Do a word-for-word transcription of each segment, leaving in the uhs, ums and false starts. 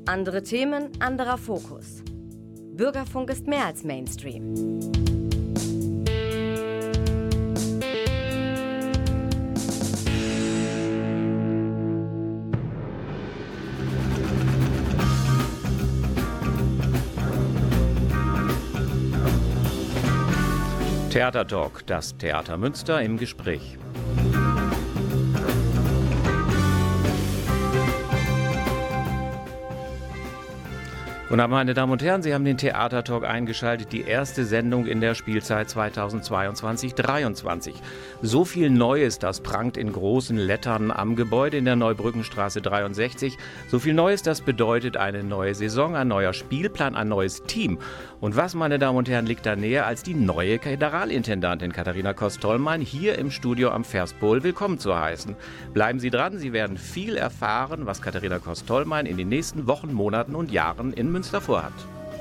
Andere Themen, anderer Fokus. Bürgerfunk ist mehr als Mainstream. Theatertalk, das Theater Münster im Gespräch. Guten Abend, meine Damen und Herren, Sie haben den Theatertalk eingeschaltet, die erste Sendung in der Spielzeit zweitausendzweiundzwanzig dreiundzwanzig. So viel Neues, das prangt in großen Lettern am Gebäude in der Neubrückenstraße dreiundsechzig. So viel Neues, das bedeutet eine neue Saison, ein neuer Spielplan, ein neues Team. Und was, meine Damen und Herren, liegt da näher, als die neue Generalintendantin Katharina Kost-Tollmann hier im Studio am Verspol willkommen zu heißen. Bleiben Sie dran, Sie werden viel erfahren, was Katharina Kost-Tollmann in den nächsten Wochen, Monaten und Jahren in Münster vorhat.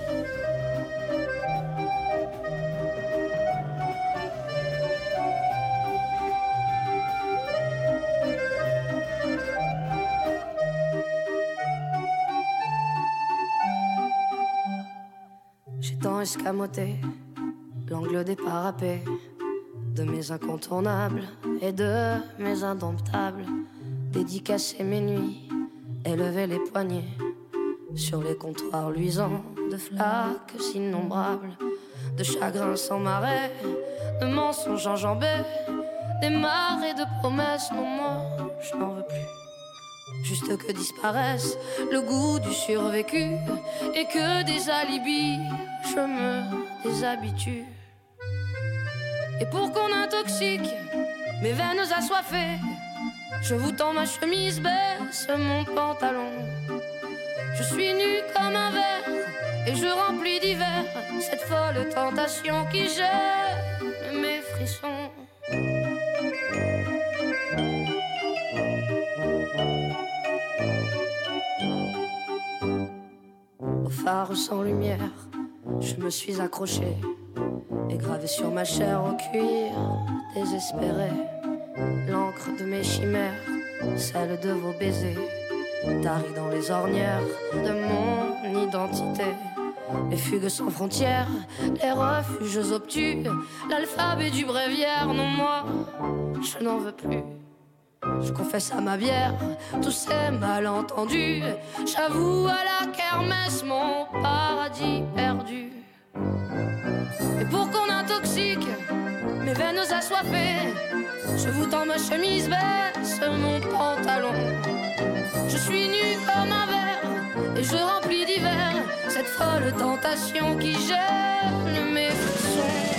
J'ai tant escamoté l'angle des parapets de mes incontournables et de mes indomptables, dédicacé mes nuits, élevé les poignets sur les comptoirs luisants de flaques innombrables, de chagrins sans marais, de mensonges enjambés, des marées de promesses. Non, moi, je n'en veux plus. Juste que disparaisse le goût du survécu et que des alibis, je me déshabitue. Et pour qu'on intoxique mes veines assoiffées, je vous tends ma chemise, baisse mon pantalon. Je suis nue comme un verre et je remplis d'hiver cette folle tentation qui gêne mes frissons. Au phare sans lumière, je me suis accroché et gravé sur ma chair en cuir désespéré l'encre de mes chimères, celle de vos baisers, tarie dans les ornières de mon identité. Les fugues sans frontières, les refuges obtus, l'alphabet du bréviaire. Non, moi, je n'en veux plus. Je confesse à ma bière tous ces malentendus. J'avoue à la kermesse mon paradis perdu. Et pour qu'on intoxique mes veines assoiffées, je vous tends ma chemise, baisse mon pantalon. Je suis nue comme un verre et je remplis d'hiver cette folle tentation qui gêne mes frissons.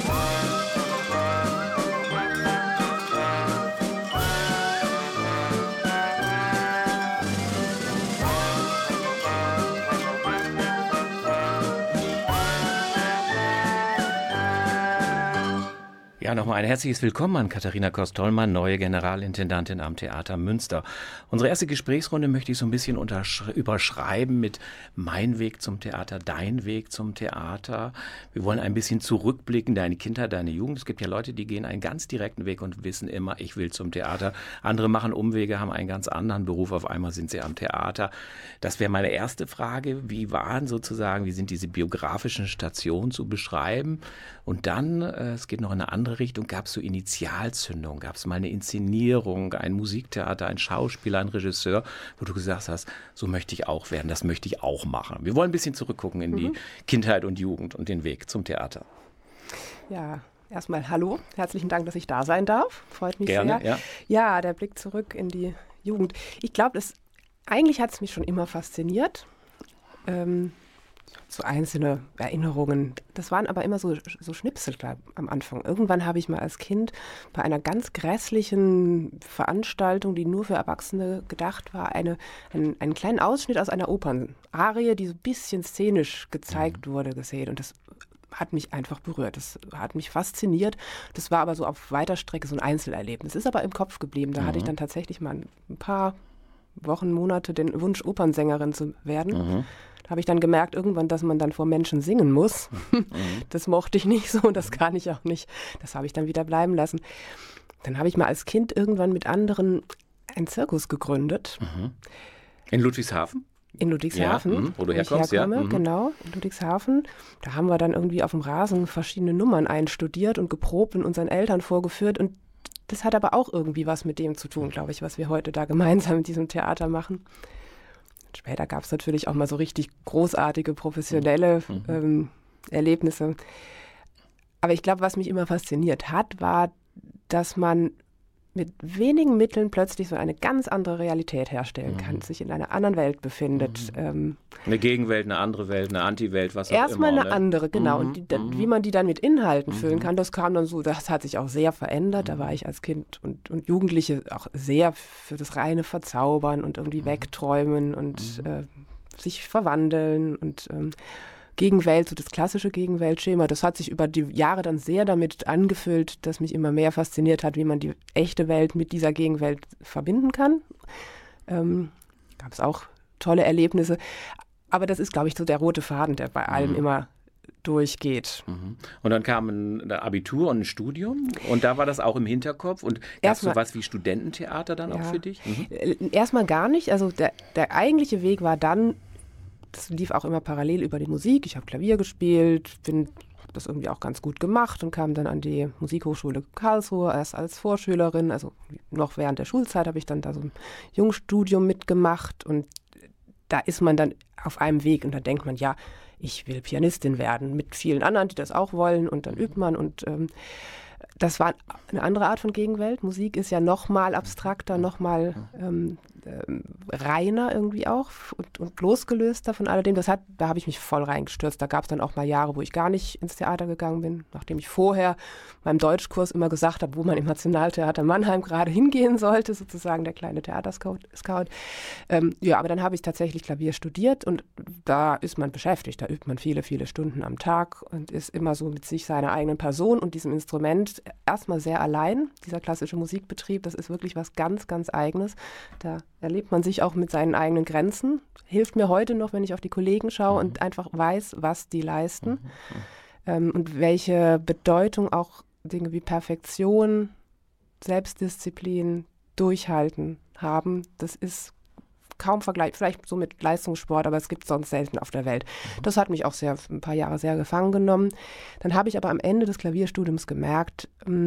Ja, nochmal ein herzliches Willkommen an Katharina Kost-Tollmann, neue Generalintendantin am Theater Münster. Unsere erste Gesprächsrunde möchte ich so ein bisschen überschreiben mit Mein Weg zum Theater, Dein Weg zum Theater. Wir wollen ein bisschen zurückblicken, deine Kindheit, deine Jugend. Es gibt ja Leute, die gehen einen ganz direkten Weg und wissen immer, ich will zum Theater. Andere machen Umwege, haben einen ganz anderen Beruf, auf einmal sind sie am Theater. Das wäre meine erste Frage. Wie waren sozusagen, wie sind diese biografischen Stationen zu beschreiben? Und dann, äh, es geht noch in eine andere Richtung, gab es so Initialzündung, gab es mal eine Inszenierung, ein Musiktheater, ein Schauspieler, ein Regisseur, wo du gesagt hast, so möchte ich auch werden, das möchte ich auch machen. Wir wollen ein bisschen zurückgucken in mhm. die Kindheit und Jugend und den Weg zum Theater. Ja, erstmal hallo, herzlichen Dank, dass ich da sein darf, freut mich Gerne, sehr. Ja. ja, der Blick zurück in die Jugend. Ich glaube, eigentlich hat es mich schon immer fasziniert. Ähm, So einzelne Erinnerungen. Das waren aber immer so, so Schnipsel glaub, am Anfang. Irgendwann habe ich mal als Kind bei einer ganz grässlichen Veranstaltung, die nur für Erwachsene gedacht war, eine, einen, einen kleinen Ausschnitt aus einer Opernarie, die so ein bisschen szenisch gezeigt mhm. wurde, gesehen. Und das hat mich einfach berührt. Das hat mich fasziniert. Das war aber so auf weiter Strecke so ein Einzelerlebnis. Ist aber im Kopf geblieben. Da mhm. hatte ich dann tatsächlich mal ein paar Wochen, Monate den Wunsch, Opernsängerin zu werden. Mhm. Da habe ich dann gemerkt irgendwann, dass man dann vor Menschen singen muss. Mhm. Das mochte ich nicht so und das kann ich auch nicht. Das habe ich dann wieder bleiben lassen. Dann habe ich mal als Kind irgendwann mit anderen einen Zirkus gegründet. Mhm. In Ludwigshafen? In Ludwigshafen, ja, mh, wo du wo ich herkommst, herkomme, ja. Mhm. Genau, in Ludwigshafen. Da haben wir dann irgendwie auf dem Rasen verschiedene Nummern einstudiert und geprobt und unseren Eltern vorgeführt. Und das hat aber auch irgendwie was mit dem zu tun, glaube ich, was wir heute da gemeinsam in diesem Theater machen. Später gab es natürlich auch mal so richtig großartige, professionelle mhm. ähm, Erlebnisse. Aber ich glaube, was mich immer fasziniert hat, war, dass man mit wenigen Mitteln plötzlich so eine ganz andere Realität herstellen kann, mhm. sich in einer anderen Welt befindet. Mhm. Ähm, eine Gegenwelt, eine andere Welt, eine Anti-Welt, was auch immer. Erstmal eine ne? andere, genau. Mhm. Und die, da, wie man die dann mit Inhalten mhm. füllen kann, das kam dann so, das hat sich auch sehr verändert. Mhm. Da war ich als Kind und, und Jugendliche auch sehr für das reine Verzaubern und irgendwie mhm. wegträumen und mhm. äh, sich verwandeln und ähm, Gegenwelt, so das klassische Gegenweltschema, das hat sich über die Jahre dann sehr damit angefüllt, dass mich immer mehr fasziniert hat, wie man die echte Welt mit dieser Gegenwelt verbinden kann. Ähm, gab es auch tolle Erlebnisse. Aber das ist, glaube ich, so der rote Faden, der bei allem mhm. immer durchgeht. Mhm. Und dann kam ein Abitur und ein Studium und da war das auch im Hinterkopf und gab es sowas wie Studententheater dann ja. auch für dich? Mhm. Erstmal gar nicht. Also der, der eigentliche Weg war dann, das lief auch immer parallel über die Musik. Ich habe Klavier gespielt, bin das irgendwie auch ganz gut gemacht und kam dann an die Musikhochschule Karlsruhe erst als Vorschülerin. Also noch während der Schulzeit habe ich dann da so ein Jungstudium mitgemacht und da ist man dann auf einem Weg und da denkt man, ja, ich will Pianistin werden mit vielen anderen, die das auch wollen und dann übt man und ähm, das war eine andere Art von Gegenwelt. Musik ist ja noch mal abstrakter, noch mal ähm, ähm, reiner irgendwie auch und, und losgelöster von alledem. Das hat, da habe ich mich voll reingestürzt. Da gab es dann auch mal Jahre, wo ich gar nicht ins Theater gegangen bin, nachdem ich vorher meinem Deutschkurs immer gesagt habe, wo man im Nationaltheater Mannheim gerade hingehen sollte, sozusagen der kleine Theaterscout. Scout. Ähm, ja, aber dann habe ich tatsächlich Klavier studiert und da ist man beschäftigt. Da übt man viele, viele Stunden am Tag und ist immer so mit sich, seiner eigenen Person und diesem Instrument erstmal sehr allein. Dieser klassische Musikbetrieb, das ist wirklich was ganz, ganz Eigenes. Da erlebt man sich auch mit seinen eigenen Grenzen. Hilft mir heute noch, wenn ich auf die Kollegen schaue mhm. und einfach weiß, was die leisten mhm. ähm, und welche Bedeutung auch Dinge wie Perfektion, Selbstdisziplin, Durchhalten haben. Das ist kaum vergleichbar, vielleicht so mit Leistungssport, aber es gibt es sonst selten auf der Welt. Das hat mich auch sehr, ein paar Jahre sehr gefangen genommen. Dann habe ich aber am Ende des Klavierstudiums gemerkt,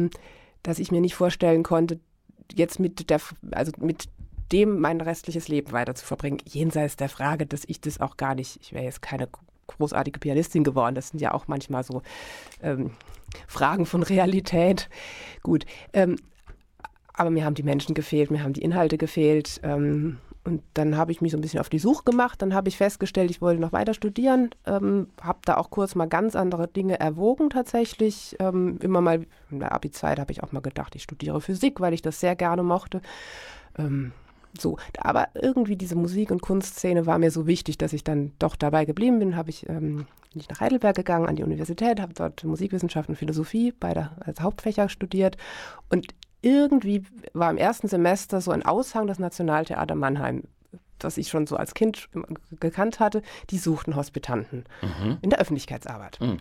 dass ich mir nicht vorstellen konnte, jetzt mit der, also mit dem mein restliches Leben weiter zu verbringen, jenseits der Frage, dass ich das auch gar nicht, ich wäre jetzt keine großartige Pianistin geworden, das sind ja auch manchmal so ähm, Fragen von Realität. Gut, ähm, aber mir haben die Menschen gefehlt, mir haben die Inhalte gefehlt, ähm, und dann habe ich mich so ein bisschen auf die Suche gemacht. Dann habe ich festgestellt, ich wollte noch weiter studieren. Ähm, habe da auch kurz mal ganz andere Dinge erwogen tatsächlich. Ähm, immer mal in der Abi-Zeit habe ich auch mal gedacht, ich studiere Physik, weil ich das sehr gerne mochte. Ähm, so, aber irgendwie diese Musik- und Kunstszene war mir so wichtig, dass ich dann doch dabei geblieben bin. Habe ich ähm, bin ich nach Heidelberg gegangen, an die Universität, habe dort Musikwissenschaft und Philosophie beide als Hauptfächer studiert und irgendwie war im ersten Semester so ein Aushang des Nationaltheater Mannheim, das ich schon so als Kind gekannt hatte, die suchten Hospitanten mhm. in der Öffentlichkeitsarbeit. Mhm.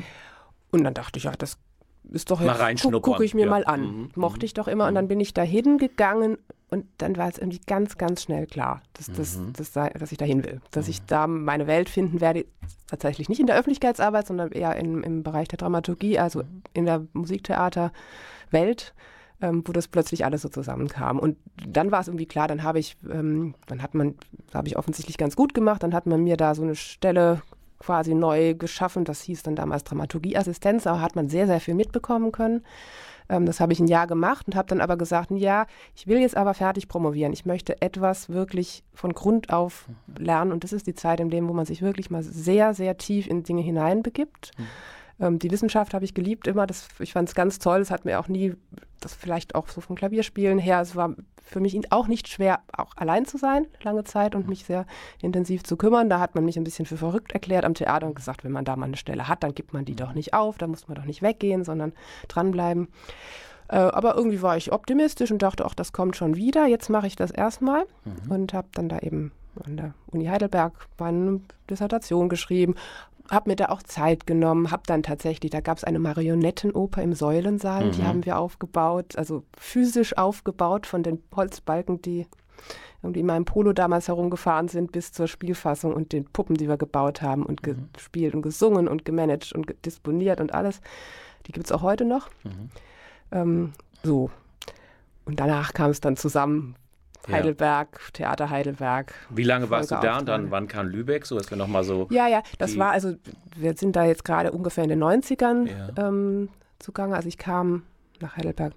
Und dann dachte ich, ja, das ist doch jetzt, gucke guck ich mir ja. mal an. Mhm. Mochte ich doch immer. Und dann bin ich da hingegangen und dann war es irgendwie ganz, ganz schnell klar, dass, das, mhm. das, das, dass ich da hin will. Dass mhm. ich da meine Welt finden werde, tatsächlich nicht in der Öffentlichkeitsarbeit, sondern eher im, im Bereich der Dramaturgie, also mhm. in der Musiktheaterwelt. Ähm, wo das plötzlich alles so zusammenkam. Und dann war es irgendwie klar, dann habe ich, ähm, dann hat man, habe ich offensichtlich ganz gut gemacht, dann hat man mir da so eine Stelle quasi neu geschaffen, das hieß dann damals Dramaturgieassistenz, aber hat man sehr, sehr viel mitbekommen können. Ähm, das habe ich ein Jahr gemacht und habe dann aber gesagt, ja, ich will jetzt aber fertig promovieren. Ich möchte etwas wirklich von Grund auf lernen und das ist die Zeit im Leben, wo man sich wirklich mal sehr, sehr tief in Dinge hineinbegibt. Mhm. Die Wissenschaft habe ich geliebt immer, das, ich fand es ganz toll, es hat mir auch nie, das vielleicht auch so vom Klavierspielen her, es war für mich auch nicht schwer, auch allein zu sein, lange Zeit und mich sehr intensiv zu kümmern. Da hat man mich ein bisschen für verrückt erklärt am Theater und gesagt, wenn man da mal eine Stelle hat, dann gibt man die doch nicht auf, da muss man doch nicht weggehen, sondern dranbleiben. Äh, aber irgendwie war ich optimistisch und dachte, ach, das kommt schon wieder, jetzt mache ich das erstmal mhm. und habe dann da eben an der Uni Heidelberg meine Dissertation geschrieben, habe mir da auch Zeit genommen, habe dann tatsächlich, da gab es eine Marionettenoper im Säulensaal, mhm. die haben wir aufgebaut, also physisch aufgebaut von den Holzbalken, die irgendwie in meinem Polo damals herumgefahren sind bis zur Spielfassung und den Puppen, die wir gebaut haben und mhm. gespielt und gesungen und gemanagt und disponiert und alles. Die gibt es auch heute noch. Mhm. Ähm, so. Und danach kam es dann zusammen. Heidelberg, ja. Theater Heidelberg. Wie lange warst du da und dann wann kam Lübeck, so dass wir nochmal so... Ja, ja, das war also, wir sind da jetzt gerade ungefähr in den neunzigern ja. ähm, zugange. Also ich kam nach Heidelberg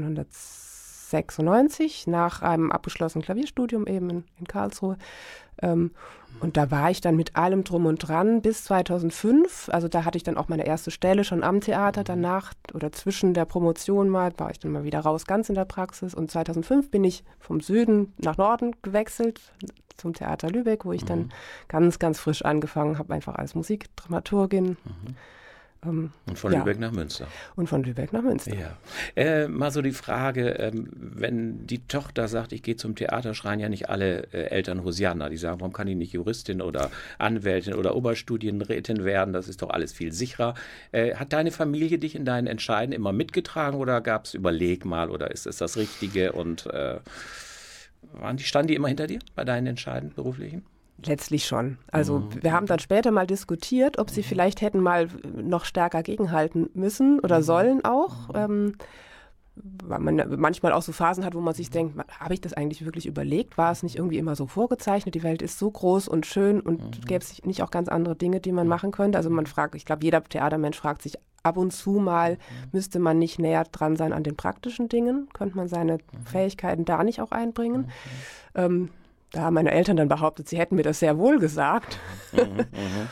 neunzehnhundertsechsundneunzig nach einem abgeschlossenen Klavierstudium eben in, in Karlsruhe. Ähm, und da war ich dann mit allem drum und dran bis zweitausendfünf. Also da hatte ich dann auch meine erste Stelle schon am Theater. Danach oder zwischen der Promotion mal war ich dann mal wieder raus, ganz in der Praxis. Und zweitausendfünf bin ich vom Süden nach Norden gewechselt zum Theater Lübeck, wo ich mhm. dann ganz, ganz frisch angefangen habe, einfach als Musikdramaturgin. Mhm. Ähm, und von ja. Lübeck nach Münster. Und von Lübeck nach Münster. Ja. Äh, mal so die Frage, ähm, wenn die Tochter sagt, ich gehe zum Theater, schreien ja nicht alle äh, Eltern Hosianna. Die sagen, warum kann ich nicht Juristin oder Anwältin oder Oberstudienrätin werden? Das ist doch alles viel sicherer. Äh, hat deine Familie dich in deinen Entscheiden immer mitgetragen oder gab es Überleg mal oder ist es das Richtige? Und äh, waren die, standen die immer hinter dir bei deinen Entscheiden beruflichen? Letztlich schon. Also mhm. wir haben dann später mal diskutiert, ob sie vielleicht hätten mal noch stärker gegenhalten müssen oder mhm. sollen auch. Mhm. Ähm, weil man manchmal auch so Phasen hat, wo man sich denkt, habe ich das eigentlich wirklich überlegt? War es nicht irgendwie immer so vorgezeichnet? Die Welt ist so groß und schön und mhm. gäbe es nicht auch ganz andere Dinge, die man machen könnte? Also man fragt, ich glaube, jeder Theatermensch fragt sich ab und zu mal, mhm. müsste man nicht näher dran sein an den praktischen Dingen? Könnte man seine mhm. Fähigkeiten da nicht auch einbringen? Mhm. Ähm, Da haben meine Eltern dann behauptet, sie hätten mir das sehr wohl gesagt. Mhm,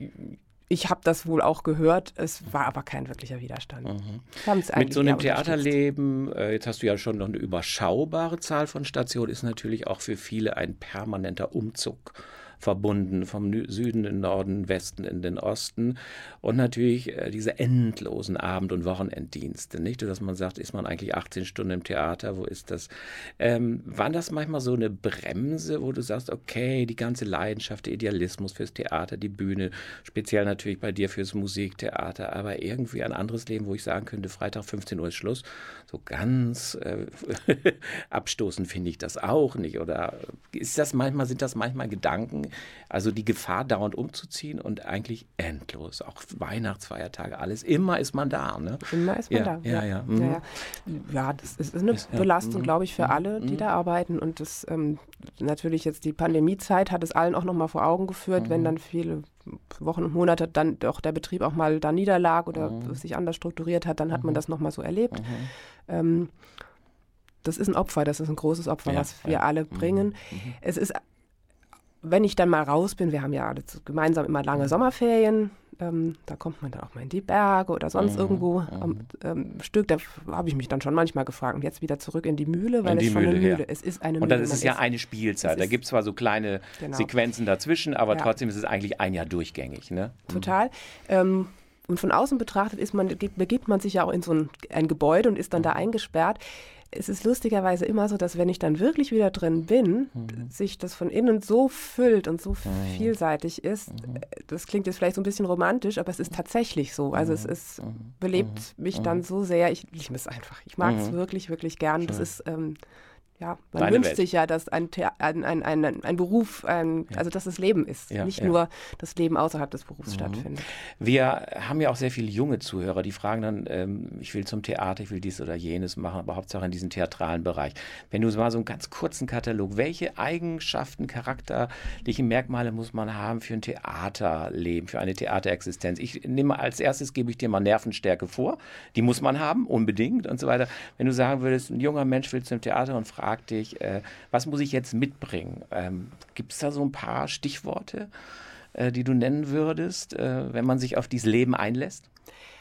ich habe das wohl auch gehört, es war aber kein wirklicher Widerstand. Mhm. Mit so einem Theaterleben, äh, jetzt hast du ja schon noch eine überschaubare Zahl von Stationen, ist natürlich auch für viele ein permanenter Umzug verbunden, vom Süden in den Norden, Westen in den Osten und natürlich äh, diese endlosen Abend- und Wochenenddienste, nicht? Dass man sagt, ist man eigentlich achtzehn Stunden im Theater, wo ist das? Ähm, war das manchmal so eine Bremse, wo du sagst, okay, die ganze Leidenschaft, der Idealismus fürs Theater, die Bühne, speziell natürlich bei dir fürs Musiktheater, aber irgendwie ein anderes Leben, wo ich sagen könnte, Freitag fünfzehn Uhr ist Schluss, so ganz äh, abstoßend finde ich das auch nicht, oder ist das manchmal, sind das manchmal Gedanken, also die Gefahr, dauernd umzuziehen und eigentlich endlos. Auch Weihnachtsfeiertage, alles. Immer ist man da. Ne? Immer ist man ja, da. Ja, ja. Ja, mhm. ja, ja. ja das ist eine ist, Belastung, ja. glaube ich, für mhm. alle, die mhm. da arbeiten. Und das ähm, natürlich jetzt die Pandemiezeit hat es allen auch nochmal vor Augen geführt, mhm. wenn dann viele Wochen und Monate dann doch der Betrieb auch mal da niederlag oder mhm. sich anders strukturiert hat, dann hat man das nochmal so erlebt. Mhm. Ähm, das ist ein Opfer, das ist ein großes Opfer, ja, was wir ja. alle bringen. Mhm. Es ist Wenn ich dann mal raus bin, wir haben ja alle gemeinsam immer lange Sommerferien, ähm, da kommt man dann auch mal in die Berge oder sonst mhm. irgendwo am ähm, Stück, da habe ich mich dann schon manchmal gefragt und jetzt wieder zurück in die Mühle, weil es schon eine Mühle, ja. es ist eine Mühle. Und dann ist es ja eine Spielzeit, da gibt es zwar so kleine genau. Sequenzen dazwischen, aber ja. trotzdem ist es eigentlich ein Jahr durchgängig. Ne? Total. Mhm. Ähm, und von außen betrachtet ist man, begibt man sich ja auch in so ein, ein Gebäude und ist dann mhm. da eingesperrt. Es ist lustigerweise immer so, dass wenn ich dann wirklich wieder drin bin, mhm. sich das von innen so füllt und so mhm. vielseitig ist. Mhm. Das klingt jetzt vielleicht so ein bisschen romantisch, aber es ist tatsächlich so. Also es ist, belebt mhm. mich dann so sehr. Ich liebe es einfach. Ich mag es mhm. wirklich, wirklich gern. Schön. Das ist, ähm, ja, man Deine wünscht Welt. sich ja, dass ein, Thea- ein, ein, ein, ein Beruf, ein, ja. also dass das Leben ist, ja, nicht ja. nur das Leben außerhalb des Berufs mhm. stattfindet. Wir haben ja auch sehr viele junge Zuhörer, die fragen dann, ähm, ich will zum Theater, ich will dies oder jenes machen, aber Hauptsache in diesem theatralen Bereich. Wenn du mal so einen ganz kurzen Katalog, welche Eigenschaften, charakterliche Merkmale muss man haben für ein Theaterleben, für eine Theaterexistenz? Ich nehme als erstes, gebe ich dir mal Nervenstärke vor, die muss man haben, unbedingt und so weiter. Wenn du sagen würdest, ein junger Mensch will zum Theater und fragt dich, äh, was muss ich jetzt mitbringen? Ähm, gibt es da so ein paar Stichworte, äh, die du nennen würdest, äh, wenn man sich auf dieses Leben einlässt?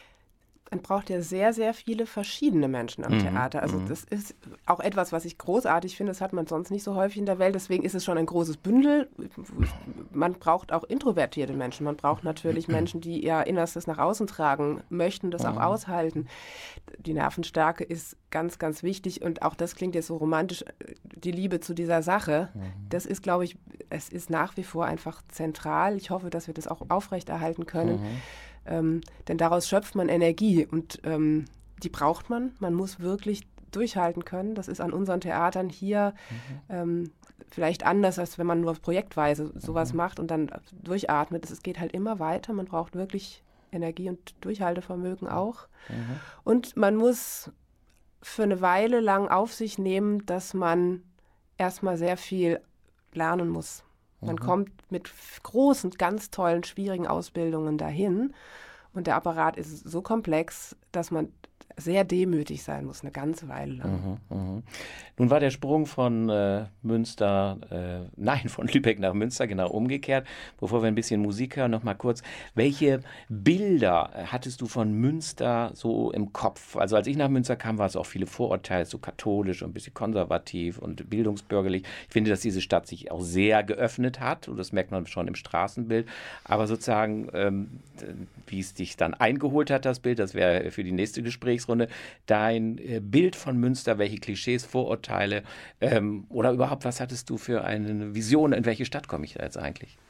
Man braucht ja sehr, sehr viele verschiedene Menschen am mhm. Theater. Also das ist auch etwas, was ich großartig finde. Das hat man sonst nicht so häufig in der Welt. Deswegen ist es schon ein großes Bündel. Man braucht auch introvertierte Menschen. Man braucht natürlich Menschen, die ihr Innerstes nach außen tragen möchten, das auch aushalten. Die Nervenstärke ist ganz, ganz wichtig. Und auch das klingt jetzt so romantisch, die Liebe zu dieser Sache. Das ist, glaube ich, es ist nach wie vor einfach zentral. Ich hoffe, dass wir das auch aufrechterhalten können. Mhm. Ähm, denn daraus schöpft man Energie und ähm, die braucht man. Man muss wirklich durchhalten können. Das ist an unseren Theatern hier mhm. ähm, vielleicht anders, als wenn man nur projektweise sowas mhm. macht und dann durchatmet. Es geht halt immer weiter. Man braucht wirklich Energie und Durchhaltevermögen auch. Mhm. Und man muss für eine Weile lang auf sich nehmen, dass man erstmal sehr viel lernen muss. Man mhm. kommt mit großen, ganz tollen, schwierigen Ausbildungen dahin und der Apparat ist so komplex, dass man sehr demütig sein muss, eine ganze Weile lang. Mhm, mh. Nun war der Sprung von äh, Münster, äh, nein, von Lübeck nach Münster genau umgekehrt. Bevor wir ein bisschen Musik hören, noch mal kurz. Welche Bilder hattest du von Münster so im Kopf? Also als ich nach Münster kam, war es auch viele Vorurteile, so katholisch und ein bisschen konservativ und bildungsbürgerlich. Ich finde, dass diese Stadt sich auch sehr geöffnet hat und das merkt man schon im Straßenbild. Aber sozusagen, ähm, wie es dich dann eingeholt hat, das Bild, das wäre für die nächste Gesprächsrunde. Dein äh, Bild von Münster, welche Klischees, Vorurteile ähm, oder überhaupt, was hattest du für eine Vision, in welche Stadt komme ich da jetzt eigentlich?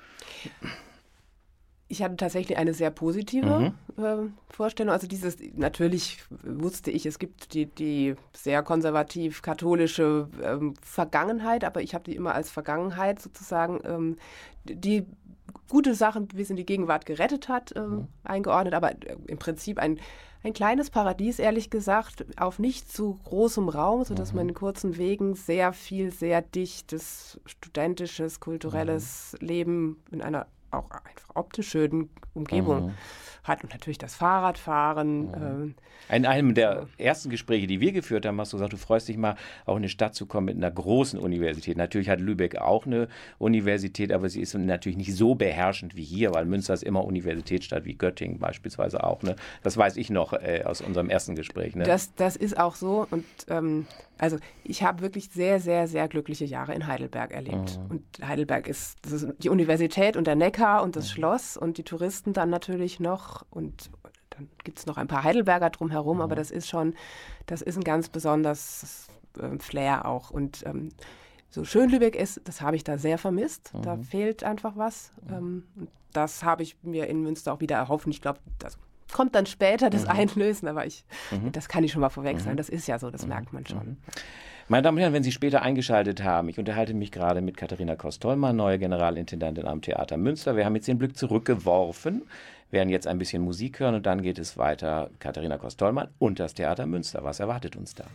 Ich hatte tatsächlich eine sehr positive mhm. äh, Vorstellung. Also dieses, natürlich wusste ich, es gibt die, die sehr konservativ-katholische ähm, Vergangenheit, aber ich habe die immer als Vergangenheit sozusagen, ähm, die gute Sachen bis in die Gegenwart gerettet hat, ähm, mhm. eingeordnet, aber äh, im Prinzip ein Ein kleines Paradies, ehrlich gesagt, auf nicht zu großem Raum, sodass mhm. man in kurzen Wegen sehr viel, sehr dichtes, studentisches, kulturelles mhm. Leben in einer auch einfach optisch schönen Umgebung mhm. hat. Und natürlich das Fahrradfahren. Mhm. Ähm, in einem der so. ersten Gespräche, die wir geführt haben, hast du gesagt, du freust dich mal, auch in eine Stadt zu kommen mit einer großen Universität. Natürlich hat Lübeck auch eine Universität, aber sie ist natürlich nicht so beherrschend wie hier, weil Münster ist immer Universitätsstadt, wie Göttingen beispielsweise auch. Ne? Das weiß ich noch äh, aus unserem ersten Gespräch. Ne? Das, das ist auch so. Und ähm, also ich habe wirklich sehr, sehr, sehr glückliche Jahre in Heidelberg erlebt. Mhm. Und Heidelberg ist, das ist die Universität und der Neckar und das mhm. Schloss und die Touristen dann natürlich noch und dann gibt es noch ein paar Heidelberger drumherum, mhm. aber das ist schon, das ist ein ganz besonderes äh, Flair auch. Und ähm, so schön Lübeck ist, das habe ich da sehr vermisst. Mhm. Da fehlt einfach was. Mhm. Ähm, und das habe ich mir in Münster auch wieder erhofft. Und ich glaube, das kommt dann später, das mhm. Einlösen, aber ich, mhm. das kann ich schon mal vorweg sagen. Das ist ja so, das mhm. merkt man schon. Mhm. Meine Damen und Herren, wenn Sie später eingeschaltet haben, ich unterhalte mich gerade mit Katharina Kost-Tollmann, neue Generalintendantin am Theater Münster. Wir haben jetzt den Blick zurückgeworfen, werden jetzt ein bisschen Musik hören und dann geht es weiter. Katharina Kost-Tollmann und das Theater Münster. Was erwartet uns da?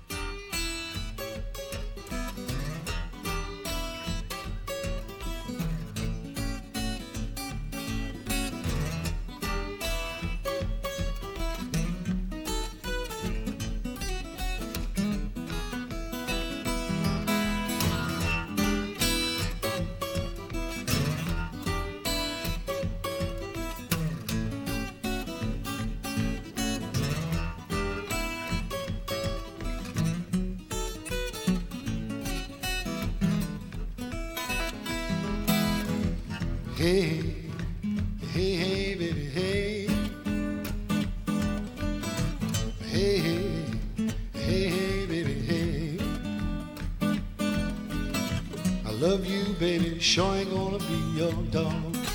Hey, hey, hey, baby, hey. Hey, hey, hey, hey, baby, hey. I love you, baby, sure ain't gonna be your dog.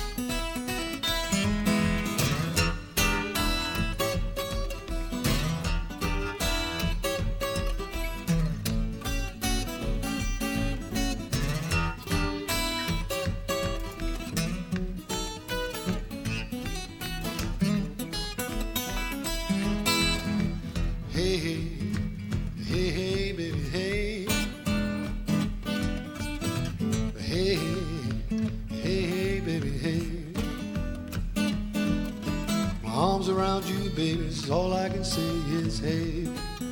All I can say is hey.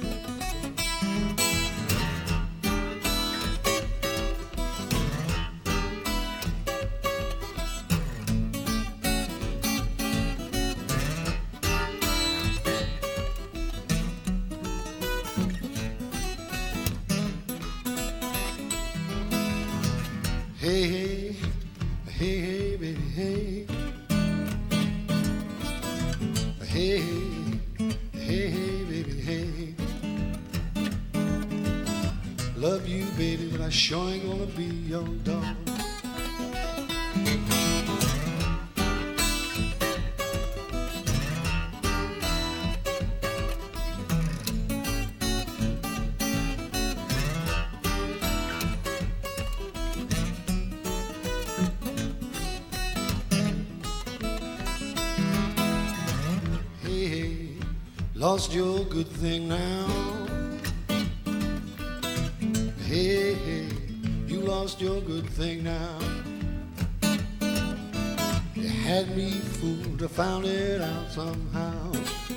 Hey, hey, hey, hey, baby, hey. Hey, hey. Hey, hey, baby, hey. Love you, baby, but I sure ain't gonna be your dog. lost your good thing now. Hey, hey, you lost your good thing now. You had me fooled, I found it out somehow.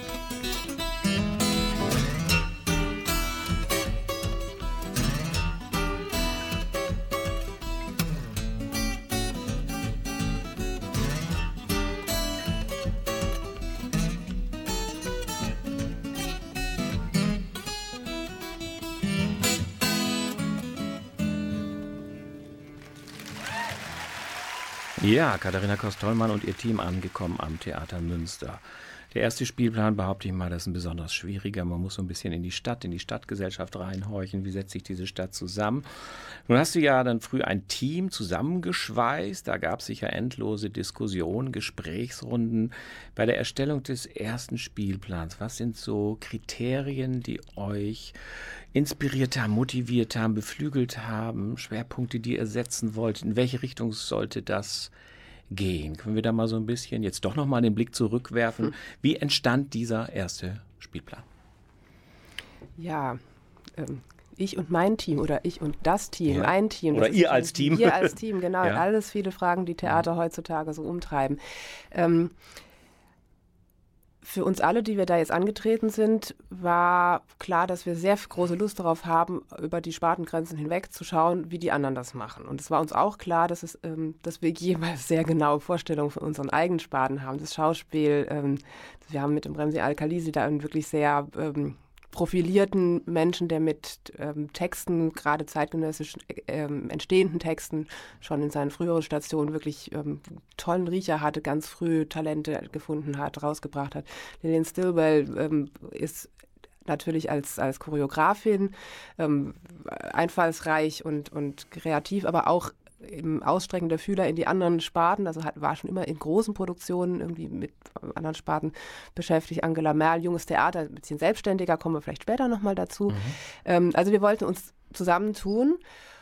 Ja, Katharina Kost-Tollmann und ihr Team angekommen am Theater Münster. Der erste Spielplan, behaupte ich mal, das ist ein besonders schwieriger. Man muss so ein bisschen in die Stadt, in die Stadtgesellschaft reinhorchen. Wie setzt sich diese Stadt zusammen? Nun hast du ja dann früh ein Team zusammengeschweißt. Da gab es sicher endlose Diskussionen, Gesprächsrunden. Bei der Erstellung des ersten Spielplans, was sind so Kriterien, die euch inspiriert haben, motiviert haben, beflügelt haben, Schwerpunkte, die ihr setzen wollt? In welche Richtung sollte das gehen? Können wir da mal so ein bisschen jetzt doch nochmal den Blick zurückwerfen? Hm. Wie entstand dieser erste Spielplan? Ja, ähm, ich und mein Team oder ich und das Team, ja. ein Team. Oder ihr als Team. Wir als Team, genau. Ja. Alles viele Fragen, die Theater heutzutage so umtreiben. Ähm, Für uns alle, die wir da jetzt angetreten sind, war klar, dass wir sehr große Lust darauf haben, über die Spartengrenzen hinweg zu schauen, wie die anderen das machen. Und es war uns auch klar, dass, es, ähm, dass wir jeweils sehr genaue Vorstellungen von unseren eigenen Sparten haben. Das Schauspiel, ähm, wir haben mit dem Remzi Al-Khalisi da einen wirklich sehr ähm, profilierten Menschen, der mit ähm, Texten, gerade zeitgenössisch ähm, entstehenden Texten, schon in seinen früheren Stationen wirklich ähm, tollen Riecher hatte, ganz früh Talente gefunden hat, rausgebracht hat. Lillian Stilwell ähm, ist natürlich als, als Choreografin ähm, einfallsreich und, und kreativ, aber auch im Ausstrecken der Fühler in die anderen Sparten, also hat, war schon immer in großen Produktionen irgendwie mit anderen Sparten beschäftigt. Angela Merl, junges Theater, ein bisschen selbstständiger, kommen wir vielleicht später nochmal dazu. Mhm. Ähm, also wir wollten uns zusammentun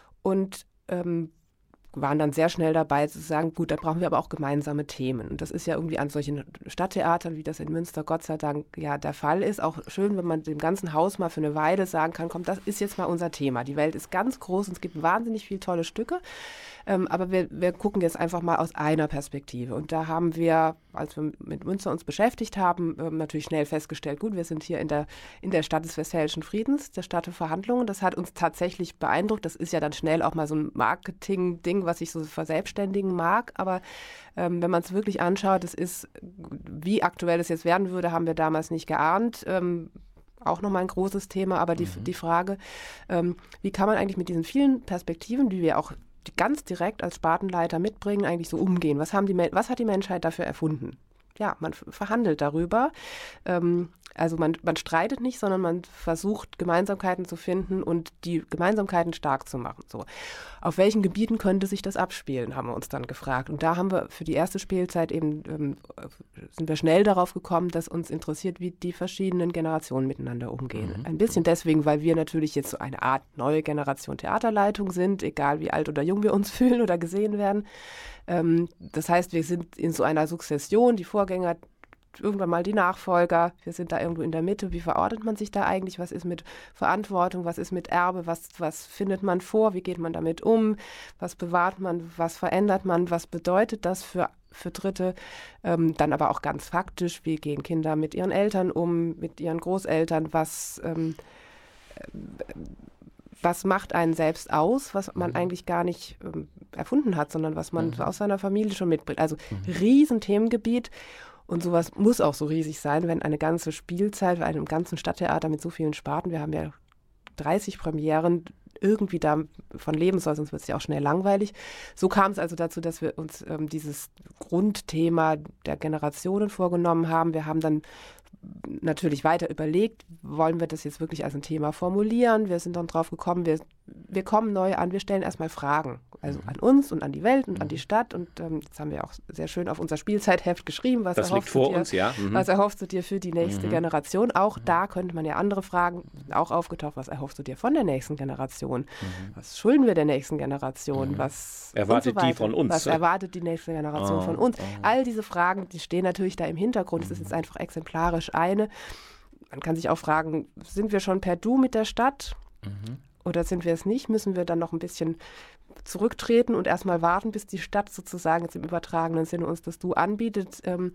und ähm, waren dann sehr schnell dabei zu sagen, gut, dann brauchen wir aber auch gemeinsame Themen. Und das ist ja irgendwie an solchen Stadttheatern, wie das in Münster Gott sei Dank ja der Fall ist, auch schön, wenn man dem ganzen Haus mal für eine Weile sagen kann, komm, das ist jetzt mal unser Thema. Die Welt ist ganz groß und es gibt wahnsinnig viele tolle Stücke, ähm, aber wir, wir gucken jetzt einfach mal aus einer Perspektive. Und da haben wir, als wir mit Münster uns beschäftigt haben, ähm, natürlich schnell festgestellt, gut, wir sind hier in der, in der Stadt des Westfälischen Friedens, der Stadt der Verhandlungen. Das hat uns tatsächlich beeindruckt. Das ist ja dann schnell auch mal so ein Marketing-Ding, was ich so verselbstständigen mag, aber ähm, wenn man es wirklich anschaut, das ist, wie aktuell es jetzt werden würde, haben wir damals nicht geahnt. Ähm, auch nochmal ein großes Thema, aber die, mhm. die Frage, ähm, wie kann man eigentlich mit diesen vielen Perspektiven, die wir auch ganz direkt als Spartenleiter mitbringen, eigentlich so umgehen? Was, haben die, was hat die Menschheit dafür erfunden? Ja, man verhandelt darüber. Ähm, also man, man streitet nicht, sondern man versucht, Gemeinsamkeiten zu finden und die Gemeinsamkeiten stark zu machen. So. Auf welchen Gebieten könnte sich das abspielen, haben wir uns dann gefragt. Und da haben wir für die erste Spielzeit eben, ähm, sind wir schnell darauf gekommen, dass uns interessiert, wie die verschiedenen Generationen miteinander umgehen. Mhm. Ein bisschen deswegen, weil wir natürlich jetzt so eine Art neue Generation Theaterleitung sind, egal wie alt oder jung wir uns fühlen oder gesehen werden. Ähm, das heißt, wir sind in so einer Sukzession, die Vorgänger, irgendwann mal die Nachfolger, wir sind da irgendwo in der Mitte. Wie verordnet man sich da eigentlich? Was ist mit Verantwortung? Was ist mit Erbe? Was, was findet man vor? Wie geht man damit um? Was bewahrt man? Was verändert man? Was bedeutet das für, für Dritte? Ähm, dann aber auch ganz faktisch, wie gehen Kinder mit ihren Eltern um, mit ihren Großeltern? Was, ähm, was macht einen selbst aus, was man mhm. eigentlich gar nicht ähm, erfunden hat, sondern was man mhm. aus seiner Familie schon mitbringt? Also mhm. riesen Themengebiet. Und sowas muss auch so riesig sein, wenn eine ganze Spielzeit bei einem ganzen Stadttheater mit so vielen Sparten, wir haben ja dreißig Premieren, irgendwie davon leben soll, sonst wird es ja auch schnell langweilig. So kam es also dazu, dass wir uns ähm, dieses Grundthema der Generationen vorgenommen haben. Wir haben dann natürlich weiter überlegt, wollen wir das jetzt wirklich als ein Thema formulieren? Wir sind dann drauf gekommen, wir, wir kommen neu an, wir stellen erstmal Fragen. Also an uns und an die Welt und an die Stadt. Und ähm, das haben wir auch sehr schön auf unser Spielzeitheft geschrieben. Was das liegt vor dir, uns, ja. Mhm. Was erhoffst du dir für die nächste mhm. Generation? Auch mhm. da könnte man ja andere Fragen, auch aufgetaucht, was erhoffst du dir von der nächsten Generation? Mhm. Was schulden wir der nächsten Generation? Mhm. Was erwartet so die von uns? Was erwartet die nächste Generation oh, von uns? Oh. All diese Fragen, die stehen natürlich da im Hintergrund. Es ist jetzt einfach exemplarisch eine. man kann sich auch fragen, sind wir schon per Du mit der Stadt mhm. oder sind wir es nicht? Müssen wir dann noch ein bisschen zurücktreten und erstmal warten, bis die Stadt sozusagen jetzt im übertragenen Sinne uns das Du anbietet? Ähm,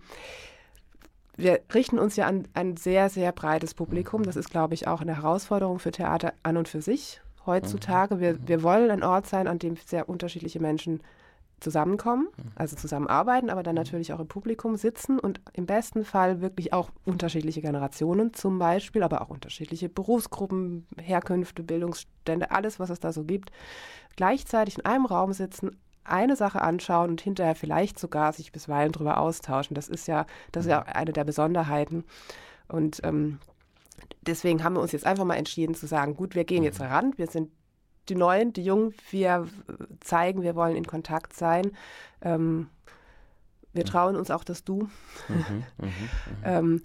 wir richten uns ja an ein sehr, sehr breites Publikum. Das ist, glaube ich, auch eine Herausforderung für Theater an und für sich heutzutage. Wir, wir wollen ein Ort sein, an dem sehr unterschiedliche Menschen zusammenkommen, also zusammenarbeiten, aber dann natürlich auch im Publikum sitzen und im besten Fall wirklich auch unterschiedliche Generationen zum Beispiel, aber auch unterschiedliche Berufsgruppen, Herkünfte, Bildungsstände, alles, was es da so gibt, gleichzeitig in einem Raum sitzen, eine Sache anschauen und hinterher vielleicht sogar sich bisweilen darüber austauschen. Das ist ja, das ist ja eine der Besonderheiten. Und ähm, deswegen haben wir uns jetzt einfach mal entschieden zu sagen, gut, wir gehen jetzt ran, wir sind die Neuen, die Jungen, wir zeigen, wir wollen in Kontakt sein. Ähm, wir trauen uns auch das Du. Mhm, mh, mh. ähm,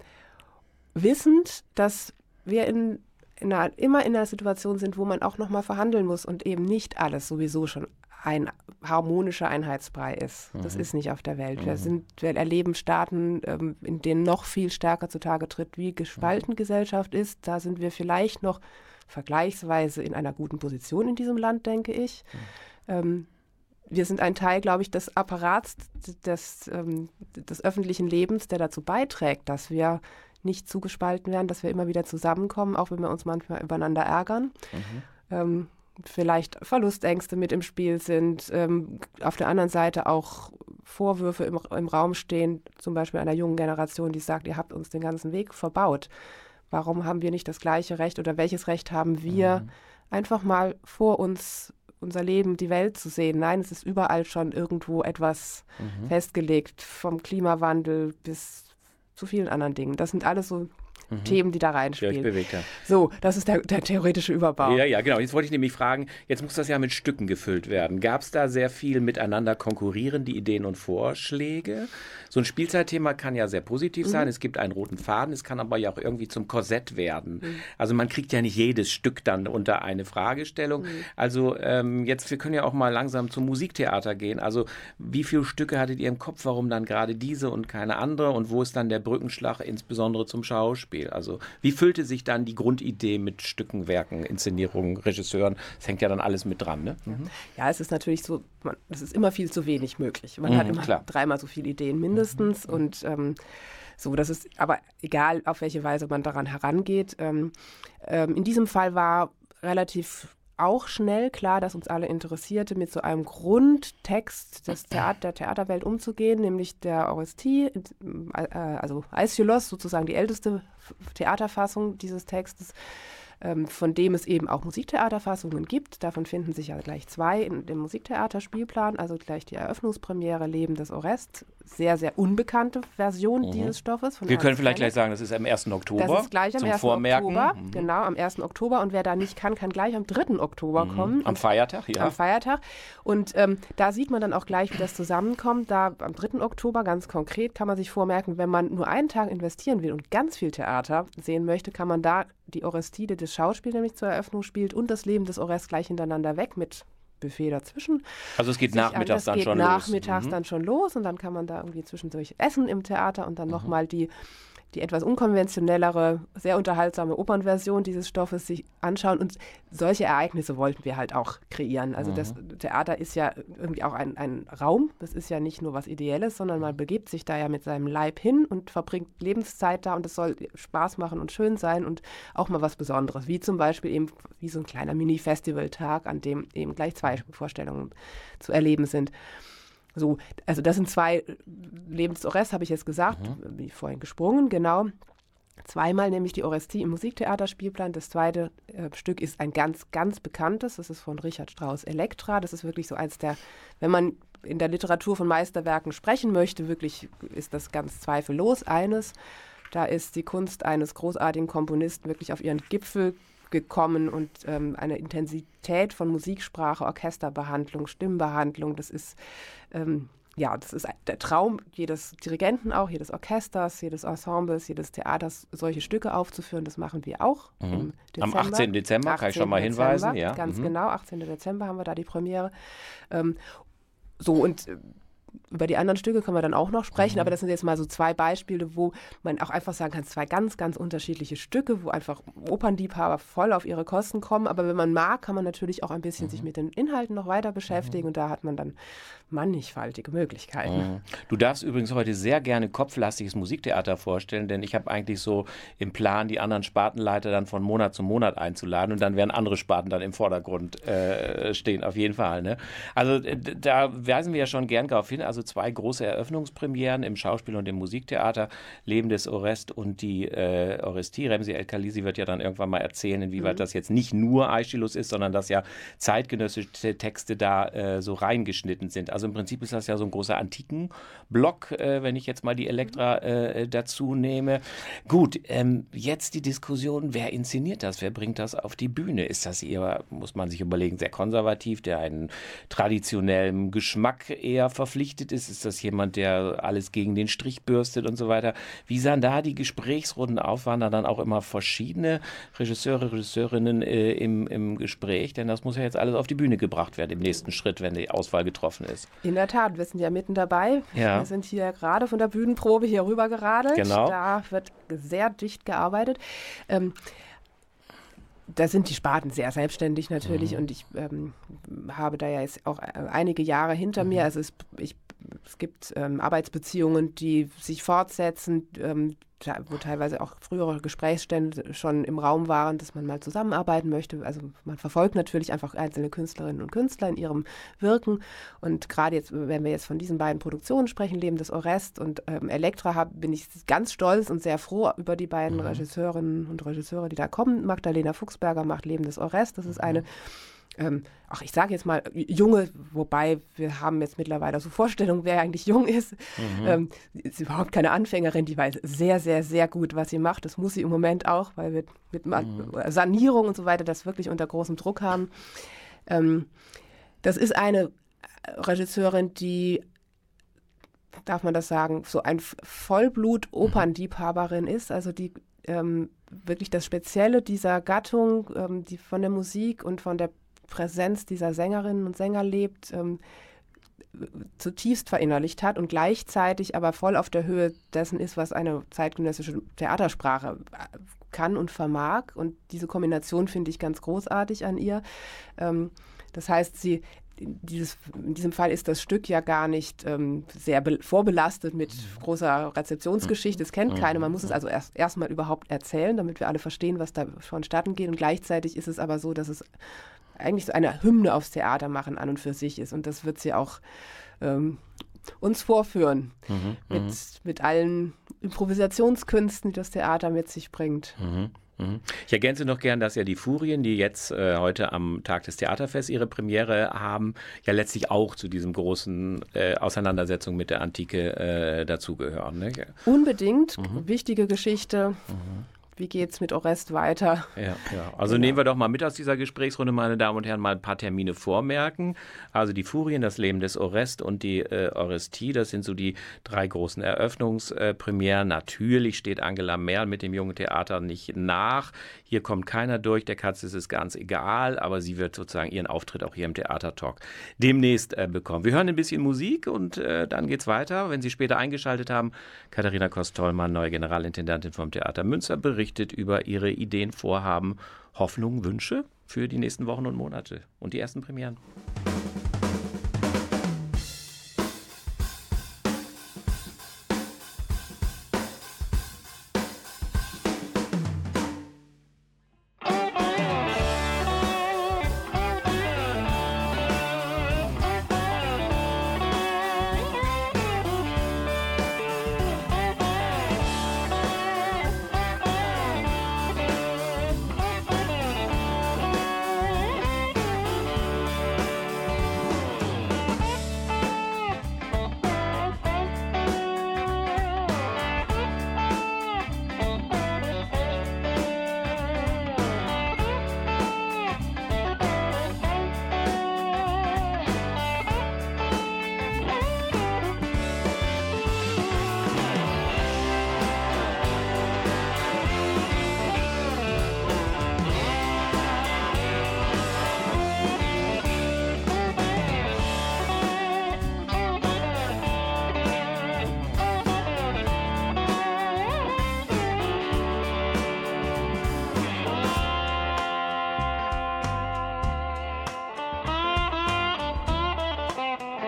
wissend, dass wir in, in einer, immer in einer Situation sind, wo man auch nochmal verhandeln muss und eben nicht alles sowieso schon ein harmonischer Einheitsbrei ist. Mhm. Das ist nicht auf der Welt. Mhm. Wir, sind, wir erleben Staaten, ähm, in denen noch viel stärker zutage tritt, wie gespalten mhm. Gesellschaft ist. Da sind wir vielleicht noch vergleichsweise in einer guten Position in diesem Land, denke ich. Mhm. Ähm, wir sind ein Teil, glaube ich, des Apparats des, ähm, des öffentlichen Lebens, der dazu beiträgt, dass wir nicht zugespalten werden, dass wir immer wieder zusammenkommen, auch wenn wir uns manchmal übereinander ärgern. Mhm. Ähm, vielleicht Verlustängste mit im Spiel sind, ähm, auf der anderen Seite auch Vorwürfe im, im Raum stehen, zum Beispiel einer jungen Generation, die sagt, ihr habt uns den ganzen Weg verbaut. Warum haben wir nicht das gleiche Recht oder welches Recht haben wir, mhm. einfach mal vor uns unser Leben, die Welt zu sehen? Nein, es ist überall schon irgendwo etwas mhm. festgelegt, vom Klimawandel bis zu vielen anderen Dingen. Das sind alles so Mhm. Themen, die da reinspielen. Die euch bewegt haben. So, das ist der, der theoretische Überbau. Ja, ja, genau. Jetzt wollte ich nämlich fragen, jetzt muss das ja mit Stücken gefüllt werden. Gab es da sehr viel miteinander konkurrieren, die Ideen und Vorschläge? So ein Spielzeitthema kann ja sehr positiv mhm. sein. Es gibt einen roten Faden, es kann aber ja auch irgendwie zum Korsett werden. Mhm. Also man kriegt ja nicht jedes Stück dann unter eine Fragestellung. Mhm. Also ähm, jetzt, wir können ja auch mal langsam zum Musiktheater gehen. Also wie viele Stücke hattet ihr im Kopf? Warum dann gerade diese und keine andere? Und wo ist dann der Brückenschlag, insbesondere zum Schauspiel? Also wie füllte sich dann die Grundidee mit Stücken, Werken, Inszenierungen, Regisseuren? Das hängt ja dann alles mit dran, ne? Mhm. Ja, es ist natürlich so, man, es ist immer viel zu wenig möglich. Man mhm, hat immer klar. dreimal so viele Ideen mindestens mhm. und ähm, so, das ist aber egal, auf welche Weise man daran herangeht. Ähm, ähm, in diesem Fall war relativ auch schnell klar, dass uns alle interessierte, mit so einem Grundtext des Theater, der Theaterwelt umzugehen, nämlich der Orestie, also Aeschylus, sozusagen die älteste Theaterfassung dieses Textes, von dem es eben auch Musiktheaterfassungen gibt. Davon finden sich ja gleich zwei in dem Musiktheaterspielplan, also gleich die Eröffnungspremiere Leben des Orest. Sehr, sehr unbekannte Version mhm. dieses Stoffes. Von Wir können vielleicht gleich sagen, das ist am ersten Oktober. Das ist gleich am zum ersten Vormerken. Oktober, mhm. genau, am ersten Oktober. Und wer da nicht kann, kann gleich am dritten Oktober mhm. kommen. Am Feiertag, ja. Am Feiertag. Und ähm, da sieht man dann auch gleich, wie das zusammenkommt. Da am dritten Oktober, ganz konkret, kann man sich vormerken, wenn man nur einen Tag investieren will und ganz viel Theater sehen möchte, kann man da die Orestide des Schauspiels nämlich zur Eröffnung spielt und das Leben des Orest gleich hintereinander weg mit Buffet dazwischen. Also es geht nachmittags dann schon los. Es los. geht nachmittags mhm. dann schon los und dann kann man da irgendwie zwischendurch essen im Theater und dann mhm. nochmal die, die etwas unkonventionellere, sehr unterhaltsame Opernversion dieses Stoffes sich anschauen. Und solche Ereignisse wollten wir halt auch kreieren. Also mhm. das Theater ist ja irgendwie auch ein, ein Raum. Das ist ja nicht nur was Ideelles, sondern man begibt sich da ja mit seinem Leib hin und verbringt Lebenszeit da und es soll Spaß machen und schön sein und auch mal was Besonderes. Wie zum Beispiel eben wie so ein kleiner Mini-Festival-Tag, an dem eben gleich zwei Vorstellungen zu erleben sind. So, also das sind zwei, Leben des Orest, habe ich jetzt gesagt, mhm. bin ich vorhin gesprungen, genau. Zweimal nämlich die Orestie im Musiktheaterspielplan. Das zweite äh, Stück ist ein ganz, ganz bekanntes, das ist von Richard Strauss, Elektra. Das ist wirklich so eins der, wenn man in der Literatur von Meisterwerken sprechen möchte, wirklich ist das ganz zweifellos eines. Da ist die Kunst eines großartigen Komponisten wirklich auf ihren Gipfel gekommen und ähm, eine Intensität von Musiksprache, Orchesterbehandlung, Stimmbehandlung, das ist ähm, ja, das ist der Traum jedes Dirigenten auch, jedes Orchesters, jedes Ensembles, jedes Theaters, solche Stücke aufzuführen. Das machen wir auch mhm. im Dezember. Am achtzehnten Dezember, kann ich schon mal Dezember, hinweisen. Ja. Ganz mhm. genau, achtzehnten Dezember haben wir da die Premiere. Ähm, so und über die anderen Stücke können wir dann auch noch sprechen, mhm. aber das sind jetzt mal so zwei Beispiele, wo man auch einfach sagen kann, zwei ganz, ganz unterschiedliche Stücke, wo einfach Opernliebhaber voll auf ihre Kosten kommen. Aber wenn man mag, kann man natürlich auch ein bisschen mhm. sich mit den Inhalten noch weiter beschäftigen mhm. und da hat man dann mannigfaltige Möglichkeiten. Mhm. Du darfst übrigens heute sehr gerne kopflastiges Musiktheater vorstellen, denn ich habe eigentlich so im Plan, die anderen Spartenleiter dann von Monat zu Monat einzuladen und dann werden andere Sparten dann im Vordergrund äh, stehen, auf jeden Fall. Ne? Also da weisen wir ja schon gern darauf hin, also zwei große Eröffnungspremieren im Schauspiel- und im Musiktheater, Leben des Orest und die äh, Orestie. Remzi El Khalisi wird ja dann irgendwann mal erzählen, inwieweit mhm. das jetzt nicht nur Aeschylus ist, sondern dass ja zeitgenössische Texte da äh, so reingeschnitten sind. Also im Prinzip ist das ja so ein großer Antikenblock, äh, wenn ich jetzt mal die Elektra äh, dazu nehme. Gut, ähm, jetzt die Diskussion, wer inszeniert das, wer bringt das auf die Bühne? Ist das eher, muss man sich überlegen, sehr konservativ, der einen traditionellen Geschmack eher verpflichtet ist? Ist das jemand, der alles gegen den Strich bürstet und so weiter? Wie sahen da die Gesprächsrunden auf? Waren da dann auch immer verschiedene Regisseure, Regisseurinnen äh, im, im Gespräch? Denn das muss ja jetzt alles auf die Bühne gebracht werden im nächsten Schritt, wenn die Auswahl getroffen ist. In der Tat, wir sind ja mitten dabei. Ja. Wir sind hier gerade von der Bühnenprobe hier rüber geradelt. Genau. Da wird sehr dicht gearbeitet. Ähm, Da sind die Sparten sehr selbstständig natürlich mhm. und ich ähm, habe da ja jetzt auch einige Jahre hinter mhm. mir. Also es, ich, es gibt ähm, Arbeitsbeziehungen, die sich fortsetzen, ähm, wo teilweise auch frühere Gesprächsstände schon im Raum waren, dass man mal zusammenarbeiten möchte. Also man verfolgt natürlich einfach einzelne Künstlerinnen und Künstler in ihrem Wirken. Und gerade jetzt, wenn wir jetzt von diesen beiden Produktionen sprechen, Leben des Orest und ähm, Elektra, hab, bin ich ganz stolz und sehr froh über die beiden mhm. Regisseurinnen und Regisseure, die da kommen. Magdalena Fuchsberger macht Leben des Orest. Das ist eine Ähm, ach, ich sage jetzt mal junge, wobei wir haben jetzt mittlerweile so Vorstellungen, wer eigentlich jung ist. Mhm. Ähm, sie ist überhaupt keine Anfängerin, die weiß sehr, sehr, sehr gut, was sie macht. Das muss sie im Moment auch, weil wir mit mhm. Sanierung und so weiter das wirklich unter großem Druck haben. Ähm, das ist eine Regisseurin, die, darf man das sagen, so ein Vollblut-Opernliebhaberin ist, also die ähm, wirklich das Spezielle dieser Gattung, ähm, die von der Musik und von der Präsenz dieser Sängerinnen und Sänger lebt, ähm, zutiefst verinnerlicht hat und gleichzeitig aber voll auf der Höhe dessen ist, was eine zeitgenössische Theatersprache kann und vermag. Und diese Kombination finde ich ganz großartig an ihr. Ähm, das heißt, sie Dieses, in diesem Fall ist das Stück ja gar nicht ähm, sehr be- vorbelastet mit großer Rezeptionsgeschichte. Es kennt keiner. Man muss es also erst erstmal überhaupt erzählen, damit wir alle verstehen, was da vonstatten geht. Und gleichzeitig ist es aber so, dass es eigentlich so eine Hymne aufs Theater machen an und für sich ist. Und das wird sie auch ähm, uns vorführen mhm, mit, mit allen Improvisationskünsten, die das Theater mit sich bringt. Mhm. Ich ergänze noch gern, dass ja die Furien, die jetzt äh, heute am Tag des Theaterfests ihre Premiere haben, ja letztlich auch zu diesem großen äh, Auseinandersetzung mit der Antike äh, dazugehören. Ne? Unbedingt. Mhm. Wichtige Geschichte. Mhm. Wie geht's mit Orest weiter? Ja, ja. Also genau. Nehmen wir doch mal mit aus dieser Gesprächsrunde, meine Damen und Herren, mal ein paar Termine vormerken. Also die Furien, das Leben des Orest und die äh, Orestie, das sind so die drei großen Eröffnungspremieren. Äh, Natürlich steht Angela Merl mit dem Jungen Theater nicht nach. Hier kommt keiner durch, der Katze ist es ganz egal, aber sie wird sozusagen ihren Auftritt auch hier im Theatertalk demnächst äh, bekommen. Wir hören ein bisschen Musik und äh, dann geht's weiter. Wenn Sie später eingeschaltet haben, Katharina Kost-Tollmann, neue Generalintendantin vom Theater Münster, berichtet über ihre Ideen, Vorhaben, Hoffnungen, Wünsche für die nächsten Wochen und Monate und die ersten Premieren.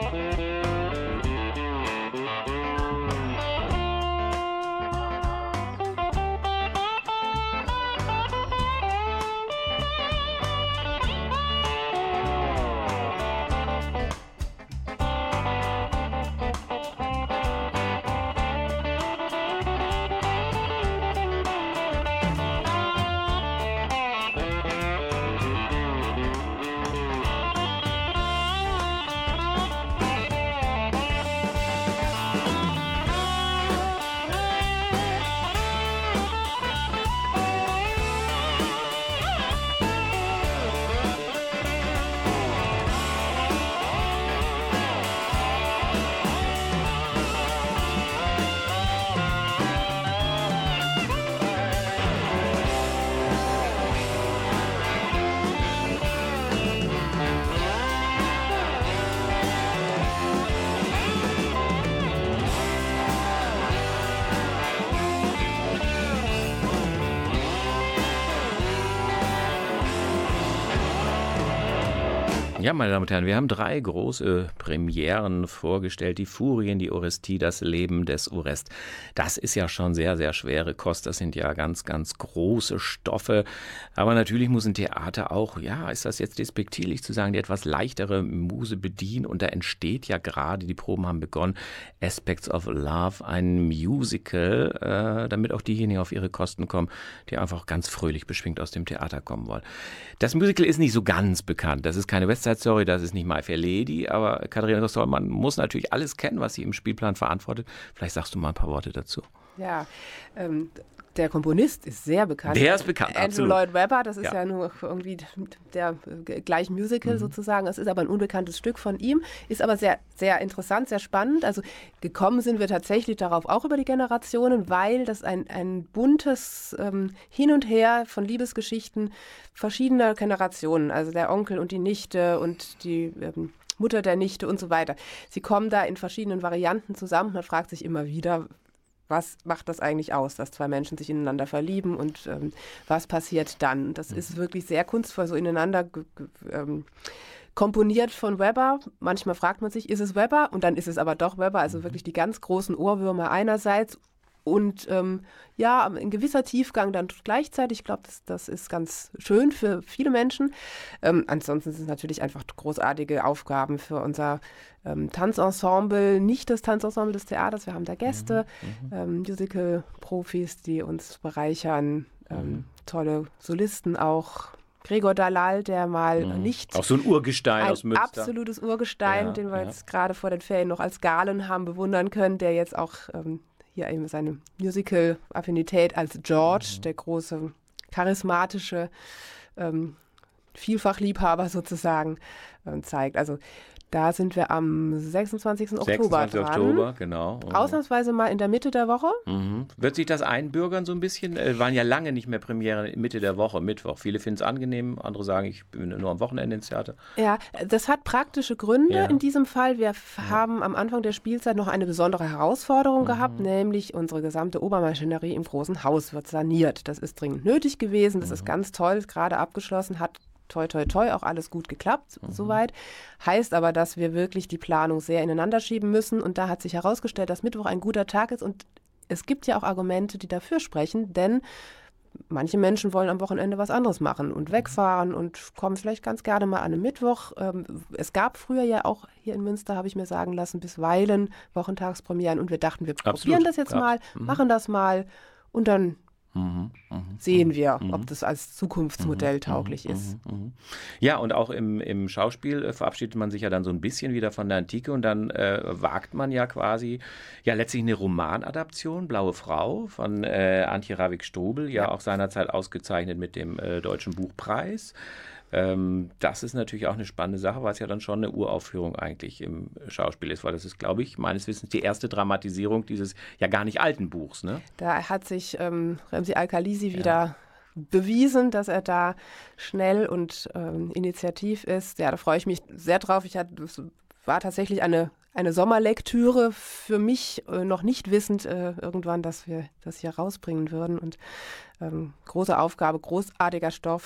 Ja, meine Damen und Herren, wir haben drei große Premieren vorgestellt. Die Furien, die Orestie, das Leben des Orest. Das ist ja schon sehr, sehr schwere Kost. Das sind ja ganz, ganz große Stoffe. Aber natürlich muss ein Theater auch, ja, ist das jetzt despektierlich zu sagen, die etwas leichtere Muse bedienen. Und da entsteht ja gerade, die Proben haben begonnen, Aspects of Love, ein Musical, äh, damit auch diejenigen auf ihre Kosten kommen, die einfach ganz fröhlich beschwingt aus dem Theater kommen wollen. Das Musical ist nicht so ganz bekannt. Das ist keine Westside Story, das ist nicht My Fair Lady, aber Katharina Kostolmann muss natürlich alles kennen, was sie im Spielplan verantwortet. Vielleicht sagst du mal ein paar Worte dazu. Ja, ähm, der Komponist ist sehr bekannt. Der ist bekannt, Andrew absolut. Lloyd Webber, das ist ja, Ja. nur irgendwie der äh, gleich Musical mhm. sozusagen. Es ist aber ein unbekanntes Stück von ihm, ist aber sehr, sehr interessant, sehr spannend. Also gekommen sind wir tatsächlich darauf auch über die Generationen, weil das ein, ein buntes ähm, Hin und Her von Liebesgeschichten verschiedener Generationen, also der Onkel und die Nichte und die ähm, Mutter der Nichte und so weiter. Sie kommen da in verschiedenen Varianten zusammen. Man fragt sich immer wieder, was macht das eigentlich aus, dass zwei Menschen sich ineinander verlieben und ähm, was passiert dann? Das ist wirklich sehr kunstvoll so ineinander g- g- ähm, komponiert von Webber. Manchmal fragt man sich, ist es Webber? Und dann ist es aber doch Webber, also wirklich die ganz großen Ohrwürmer einerseits und ähm, ja, ein gewisser Tiefgang dann gleichzeitig. Ich glaube, das, das ist ganz schön für viele Menschen. Ähm, ansonsten sind es natürlich einfach großartige Aufgaben für unser ähm, Tanzensemble, nicht das Tanzensemble des Theaters. Wir haben da Gäste, mhm, ähm, Musical-Profis, die uns bereichern, ähm, mhm. tolle Solisten auch. Gregor Dalal, der mal mhm. nicht... Auch so ein Urgestein ein aus Münster. absolutes Urgestein, Ja, den wir ja. jetzt gerade vor den Ferien noch als Galen haben bewundern können, der jetzt auch ähm, hier eben seine Musical-Affinität als George, mhm. der große, charismatische ähm, Vielfachliebhaber sozusagen, ähm, zeigt. Also da sind wir am sechsundzwanzigsten Oktober sechsundzwanzigsten dran. Oktober, genau. Mhm. Ausnahmsweise mal in der Mitte der Woche. Mhm. Wird sich das einbürgern so ein bisschen? Äh, waren ja lange nicht mehr Premiere Mitte der Woche, Mittwoch. Viele finden es angenehm, andere sagen, ich bin nur am Wochenende ins Theater. Ja, das hat praktische Gründe Ja. in diesem Fall. Wir f- haben am Anfang der Spielzeit noch eine besondere Herausforderung Mhm. gehabt, nämlich unsere gesamte Obermaschinerie im großen Haus wird saniert. Das ist dringend nötig gewesen, das Mhm. ist ganz toll, ist gerade abgeschlossen, hat toi toi toi auch alles gut geklappt soweit. Heißt aber, dass wir wirklich die Planung sehr ineinander schieben müssen und da hat sich herausgestellt, dass Mittwoch ein guter Tag ist und es gibt ja auch Argumente, die dafür sprechen, denn manche Menschen wollen am Wochenende was anderes machen und wegfahren und kommen vielleicht ganz gerne mal an einem Mittwoch. Ähm, es gab früher ja auch hier in Münster, habe ich mir sagen lassen, bisweilen Wochentagspremieren und wir dachten, wir Absolut, probieren das jetzt ja. mal, Mhm. machen das mal und dann Mhm. Mhm. sehen wir, Mhm. ob das als Zukunftsmodell tauglich ist. Mhm, mhm. Ja, und auch im, im Schauspiel äh, verabschiedet man sich ja dann so ein bisschen wieder von der Antike und dann äh, wagt man ja quasi ja letztlich eine Romanadaption, Blaue Frau von äh, Antje Ravik-Strubel, ja, auch seinerzeit ausgezeichnet mit dem äh, Deutschen Buchpreis. Ähm, das ist natürlich auch eine spannende Sache, weil es ja dann schon eine Uraufführung eigentlich im Schauspiel ist, weil das ist, glaube ich, meines Wissens die erste Dramatisierung dieses ja gar nicht alten Buchs, ne? Da hat sich ähm, Remzi Al-Khalisi wieder bewiesen, dass er da schnell und ähm, initiativ ist. Ja, da freue ich mich sehr drauf. Ich hatte, es war tatsächlich eine, eine Sommerlektüre für mich, äh, noch nicht wissend äh, irgendwann, dass wir das hier rausbringen würden. Und ähm, große Aufgabe, großartiger Stoff.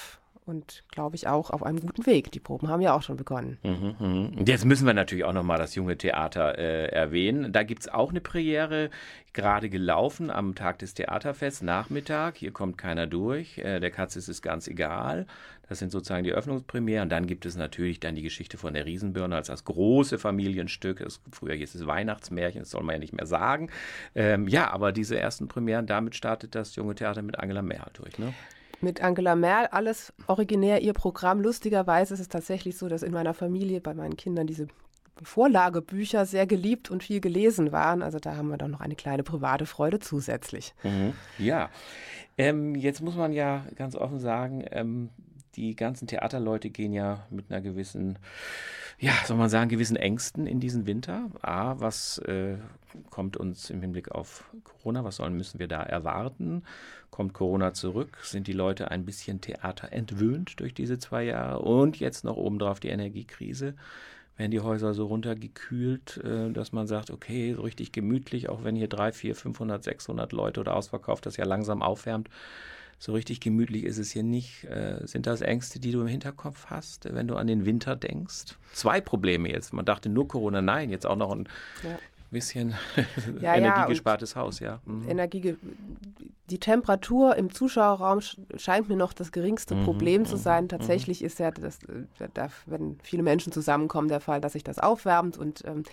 und, glaube ich, auch auf einem guten Weg. Die Proben haben ja auch schon begonnen. Mhm, mhm. Und jetzt müssen wir natürlich auch nochmal das Junge Theater äh, erwähnen. Da gibt es auch eine Premiere, gerade gelaufen am Tag des Theaterfests, Nachmittag. Hier kommt keiner durch. Äh, der Katze ist es ganz egal. Das sind sozusagen die Eröffnungspremieren. Dann gibt es natürlich dann die Geschichte von der Riesenbirne als das große Familienstück. Das, früher hieß es Weihnachtsmärchen, das soll man ja nicht mehr sagen. Ähm, ja, aber diese ersten Premieren, damit startet das Junge Theater mit Angela Merkel durch, ne? Mit Angela Merkel, alles originär ihr Programm. Lustigerweise ist es tatsächlich so, dass in meiner Familie, bei meinen Kindern, diese Vorlagebücher sehr geliebt und viel gelesen waren. Also da haben wir dann noch eine kleine private Freude zusätzlich. Mhm. Ja, ähm, jetzt muss man ja ganz offen sagen, ähm, die ganzen Theaterleute gehen ja mit einer gewissen, ja, soll man sagen, gewissen Ängsten in diesen Winter. A, was äh, kommt uns im Hinblick auf Corona? Was sollen, müssen wir da erwarten? Kommt Corona zurück? Sind die Leute ein bisschen Theater entwöhnt durch diese zwei Jahre? Und jetzt noch obendrauf die Energiekrise. Werden die Häuser so runtergekühlt, äh, dass man sagt, okay, so richtig gemütlich, auch wenn hier drei, vier, fünfhundert, sechshundert Leute oder ausverkauft das ja langsam aufwärmt. So richtig gemütlich ist es hier nicht. Äh, sind das Ängste, die du im Hinterkopf hast, wenn du an den Winter denkst? Zwei Probleme jetzt. Man dachte nur Corona, nein, jetzt auch noch ein ja. bisschen ja, energiegespartes ja, Haus. Ja. Mhm. Energie, die Temperatur im Zuschauerraum scheint mir noch das geringste mhm, Problem zu sein. Tatsächlich mhm. ist ja, das, da, wenn viele Menschen zusammenkommen, der Fall, dass sich das aufwärmt und ähm,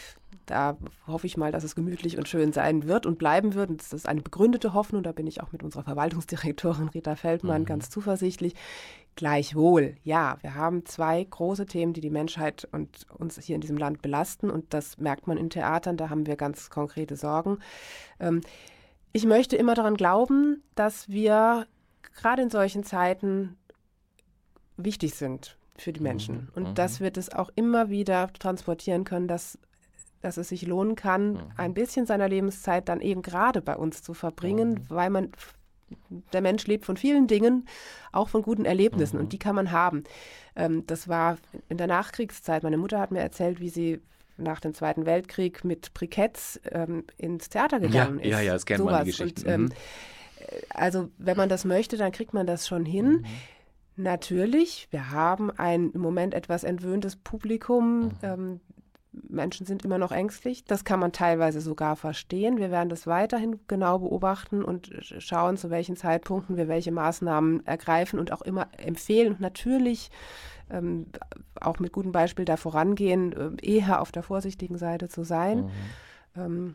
da hoffe ich mal, dass es gemütlich und schön sein wird und bleiben wird. Und das ist eine begründete Hoffnung. Da bin ich auch mit unserer Verwaltungsdirektorin Rita Feldmann mhm. ganz zuversichtlich. Gleichwohl, ja, wir haben zwei große Themen, die die Menschheit und uns hier in diesem Land belasten. Und das merkt man in Theatern. Da haben wir ganz konkrete Sorgen. Ähm, ich möchte immer daran glauben, dass wir gerade in solchen Zeiten wichtig sind für die Menschen. Und mhm. dass wir das auch immer wieder transportieren können, dass dass es sich lohnen kann, mhm. ein bisschen seiner Lebenszeit dann eben gerade bei uns zu verbringen, mhm. weil man, der Mensch lebt von vielen Dingen, auch von guten Erlebnissen mhm. und die kann man haben. Ähm, das war in der Nachkriegszeit. Meine Mutter hat mir erzählt, wie sie nach dem Zweiten Weltkrieg mit Briketts ähm, ins Theater gegangen ja, ist. Ja, ja, das kennt man, die Geschichten. Und, ähm, mhm. Also wenn man das möchte, dann kriegt man das schon hin. Mhm. Natürlich, wir haben ein im Moment etwas entwöhntes Publikum, mhm. ähm, Menschen sind immer noch ängstlich. Das kann man teilweise sogar verstehen. Wir werden das weiterhin genau beobachten und schauen, zu welchen Zeitpunkten wir welche Maßnahmen ergreifen und auch immer empfehlen. Und natürlich ähm, auch mit gutem Beispiel da vorangehen, äh, eher auf der vorsichtigen Seite zu sein. Mhm. Ähm,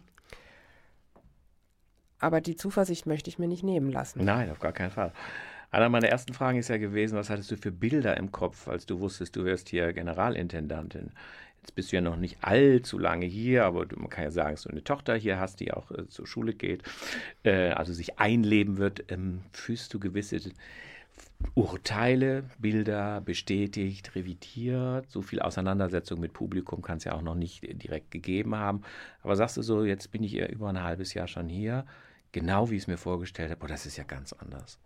aber die Zuversicht möchte ich mir nicht nehmen lassen. Nein, auf gar keinen Fall. Einer meiner ersten Fragen ist ja gewesen, was hattest du für Bilder im Kopf, als du wusstest, du wirst hier Generalintendantin? Jetzt bist du ja noch nicht allzu lange hier, aber du, man kann ja sagen, dass du eine Tochter hier hast, die auch äh, zur Schule geht, äh, also sich einleben wird. Ähm, fühlst du gewisse Urteile, Bilder bestätigt, revidiert? So viel Auseinandersetzung mit Publikum kann es ja auch noch nicht direkt gegeben haben. Aber sagst du so, jetzt bin ich ja über ein halbes Jahr schon hier, genau wie ich es mir vorgestellt habe, boah, das ist ja ganz anders.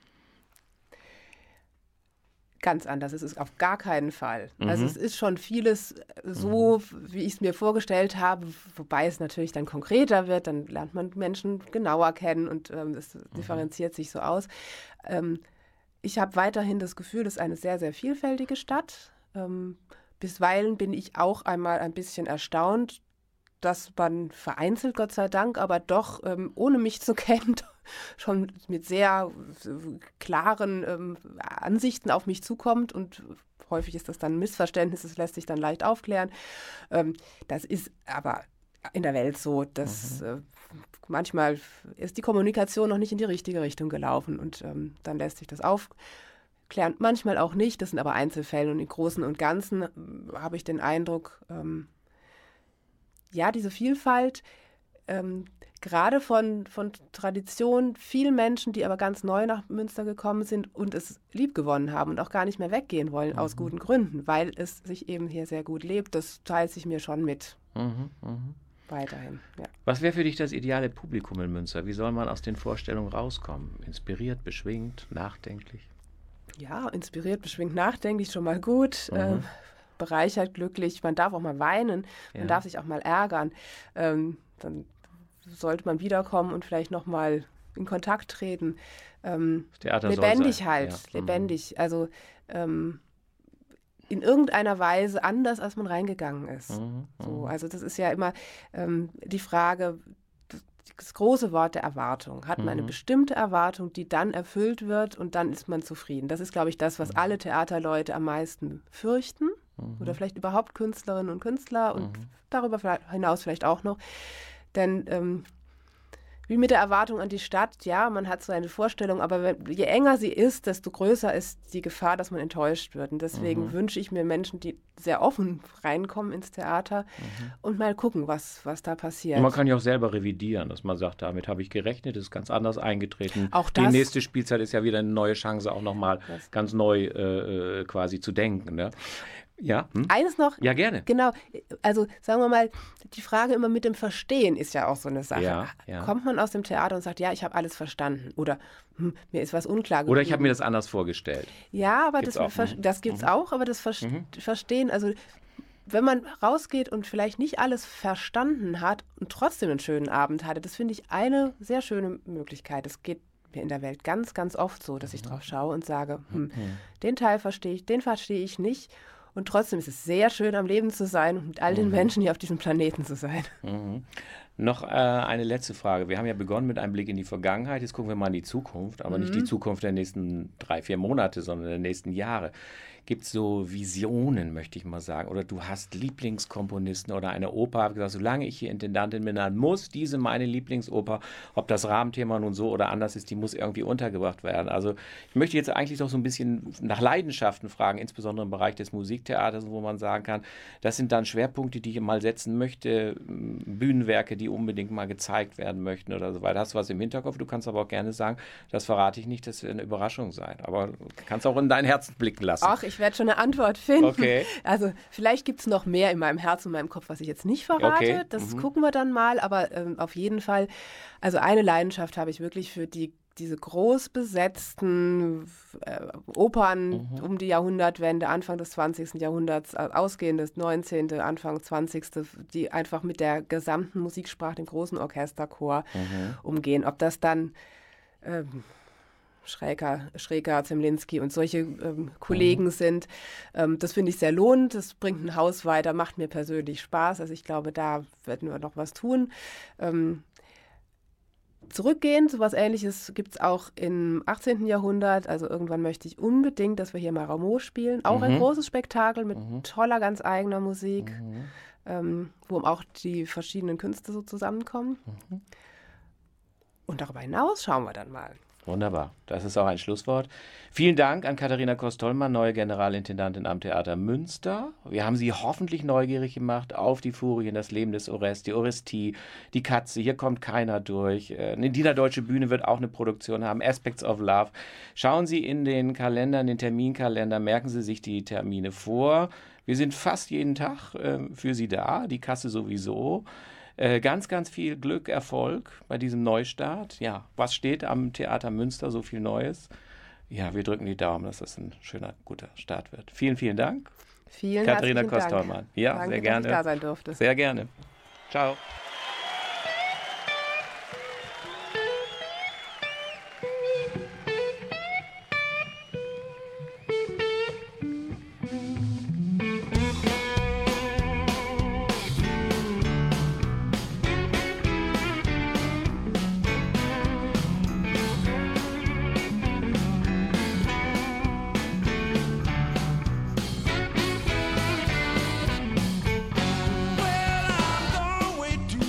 Ganz anders. Es ist auf gar keinen Fall. Mhm. Also es ist schon vieles so, mhm. wie ich es mir vorgestellt habe, wobei es natürlich dann konkreter wird, dann lernt man Menschen genauer kennen und ähm, es mhm. differenziert sich so aus. Ähm, ich habe weiterhin das Gefühl, es ist eine sehr, sehr vielfältige Stadt. Ähm, bisweilen bin ich auch einmal ein bisschen erstaunt, dass man vereinzelt, Gott sei Dank, aber doch, ähm, ohne mich zu kennen, schon mit sehr äh, klaren ähm, Ansichten auf mich zukommt und häufig ist das dann ein Missverständnis, das lässt sich dann leicht aufklären. Ähm, das ist aber in der Welt so, dass mhm. äh, manchmal ist die Kommunikation noch nicht in die richtige Richtung gelaufen und ähm, dann lässt sich das aufklären. Manchmal auch nicht, das sind aber Einzelfälle und im Großen und Ganzen äh, habe ich den Eindruck, ähm, ja, diese Vielfalt, ähm, gerade von, von Tradition, vielen Menschen, die aber ganz neu nach Münster gekommen sind und es liebgewonnen haben und auch gar nicht mehr weggehen wollen, mhm. aus guten Gründen, weil es sich eben hier sehr gut lebt. Das teilt sich mir schon mit. Mhm, mh. Weiterhin, ja. Was wäre für dich das ideale Publikum in Münster? Wie soll man aus den Vorstellungen rauskommen? Inspiriert, beschwingt, nachdenklich? Ja, inspiriert, beschwingt, nachdenklich, schon mal gut. Mhm. Äh, bereichert, glücklich. Man darf auch mal weinen, man ja. darf sich auch mal ärgern. Ähm, dann sollte man wiederkommen und vielleicht noch mal in Kontakt treten, ähm, Theater soll lebendig sein. halt, Ja. lebendig. Also ähm, in irgendeiner Weise anders, als man reingegangen ist. Mhm. So, also das ist ja immer ähm, die Frage, das große Wort der Erwartung. Hat man eine Mhm. bestimmte Erwartung, die dann erfüllt wird und dann ist man zufrieden. Das ist, glaube ich, das, was Mhm. alle Theaterleute am meisten fürchten Mhm. oder vielleicht überhaupt Künstlerinnen und Künstler und Mhm. darüber hinaus vielleicht auch noch. Denn ähm, wie mit der Erwartung an die Stadt, ja, man hat so eine Vorstellung, aber wenn, je enger sie ist, desto größer ist die Gefahr, dass man enttäuscht wird. Und deswegen Mhm. wünsche ich mir Menschen, die sehr offen reinkommen ins Theater Mhm. und mal gucken, was, was da passiert. Und man kann ja auch selber revidieren, dass man sagt, damit habe ich gerechnet, das ist ganz anders eingetreten. Auch Die das- nächste Spielzeit ist ja wieder eine neue Chance, auch nochmal Das- ganz neu äh, äh, quasi zu denken. Ne? Ja? Hm? Eines noch, Ja, gerne. genau, also sagen wir mal, die Frage immer mit dem Verstehen ist ja auch so eine Sache. Ja, ja. Kommt man aus dem Theater und sagt, ja, ich habe alles verstanden oder hm, mir ist was unklar geworden. Oder ich habe mir das anders vorgestellt. Ja, aber Gibt's das, auch, Ver- mhm. das gibt es auch, aber das Ver Mhm. Verstehen, also wenn man rausgeht und vielleicht nicht alles verstanden hat und trotzdem einen schönen Abend hatte, das finde ich eine sehr schöne Möglichkeit. Es geht mir in der Welt ganz, ganz oft so, dass ich drauf schaue und sage, hm, den Teil verstehe ich, den verstehe ich nicht. Und trotzdem ist es sehr schön, am Leben zu sein und mit all den Menschen hier auf diesem Planeten zu sein. Mhm. Noch äh, eine letzte Frage. Wir haben ja begonnen mit einem Blick in die Vergangenheit. Jetzt gucken wir mal in die Zukunft, aber nicht die Zukunft der nächsten drei, vier Monate, sondern der nächsten Jahre. Gibt es so Visionen, möchte ich mal sagen? Oder du hast Lieblingskomponisten oder eine Oper? Habe gesagt, solange ich hier Intendantin bin, dann muss diese meine Lieblingsoper, ob das Rahmenthema nun so oder anders ist, die muss irgendwie untergebracht werden. Also ich möchte jetzt eigentlich doch so ein bisschen nach Leidenschaften fragen, insbesondere im Bereich des Musiktheaters, wo man sagen kann, das sind dann Schwerpunkte, die ich mal setzen möchte, Bühnenwerke, die unbedingt mal gezeigt werden möchten oder so weiter. Hast du was im Hinterkopf? Du kannst aber auch gerne sagen, das verrate ich nicht, das wird eine Überraschung sein. Aber du kannst auch in dein Herz blicken lassen. Ach, ich werde schon eine Antwort finden. Okay. Also vielleicht gibt es noch mehr in meinem Herz und meinem Kopf, was ich jetzt nicht verrate. Okay. Das Mhm. gucken wir dann mal. Aber ähm, auf jeden Fall, also eine Leidenschaft habe ich wirklich für die diese groß besetzten äh, Opern Mhm. um die Jahrhundertwende, Anfang des zwanzigsten Jahrhunderts, äh, ausgehend des neunzehnten, Anfang zwanzigsten, die einfach mit der gesamten Musiksprache, dem großen Orchesterchor Mhm. umgehen. Ob das dann ähm, Schräger, Schräger, Zemlinski und solche ähm, Kollegen sind. Ähm, das finde ich sehr lohnend. Das bringt ein Haus weiter, macht mir persönlich Spaß. Also ich glaube, da werden wir noch was tun. Ähm, Zurückgehend, so was Ähnliches gibt es auch im achtzehnten Jahrhundert. Also irgendwann möchte ich unbedingt, dass wir hier mal Rameau spielen. Auch ein Mhm. großes Spektakel mit Mhm. toller, ganz eigener Musik, Mhm. ähm, wo auch die verschiedenen Künste so zusammenkommen. Mhm. Und darüber hinaus schauen wir dann mal. Wunderbar, das ist auch ein Schlusswort. Vielen Dank an Katharina Kost-Tollmann, neue Generalintendantin am Theater Münster. Wir haben Sie hoffentlich neugierig gemacht auf die Furien, das Leben des Orest, die Orestie, die Katze, hier kommt keiner durch. Eine niederdeutsche Bühne wird auch eine Produktion haben, Aspects of Love. Schauen Sie in den Kalender, in den Terminkalender, merken Sie sich die Termine vor. Wir sind fast jeden Tag äh, für Sie da, die Kasse sowieso. Äh, ganz, ganz viel Glück, Erfolg bei diesem Neustart. Ja, was steht am Theater Münster? So viel Neues. Ja, wir drücken die Daumen, dass das ein schöner, guter Start wird. Vielen, vielen Dank. Vielen Katharina herzlichen Dank. Kost-Tollmann. Ja, Danke, sehr gerne. dass ich da sein durfte. Sehr gerne. Ciao. Well, I'm going way too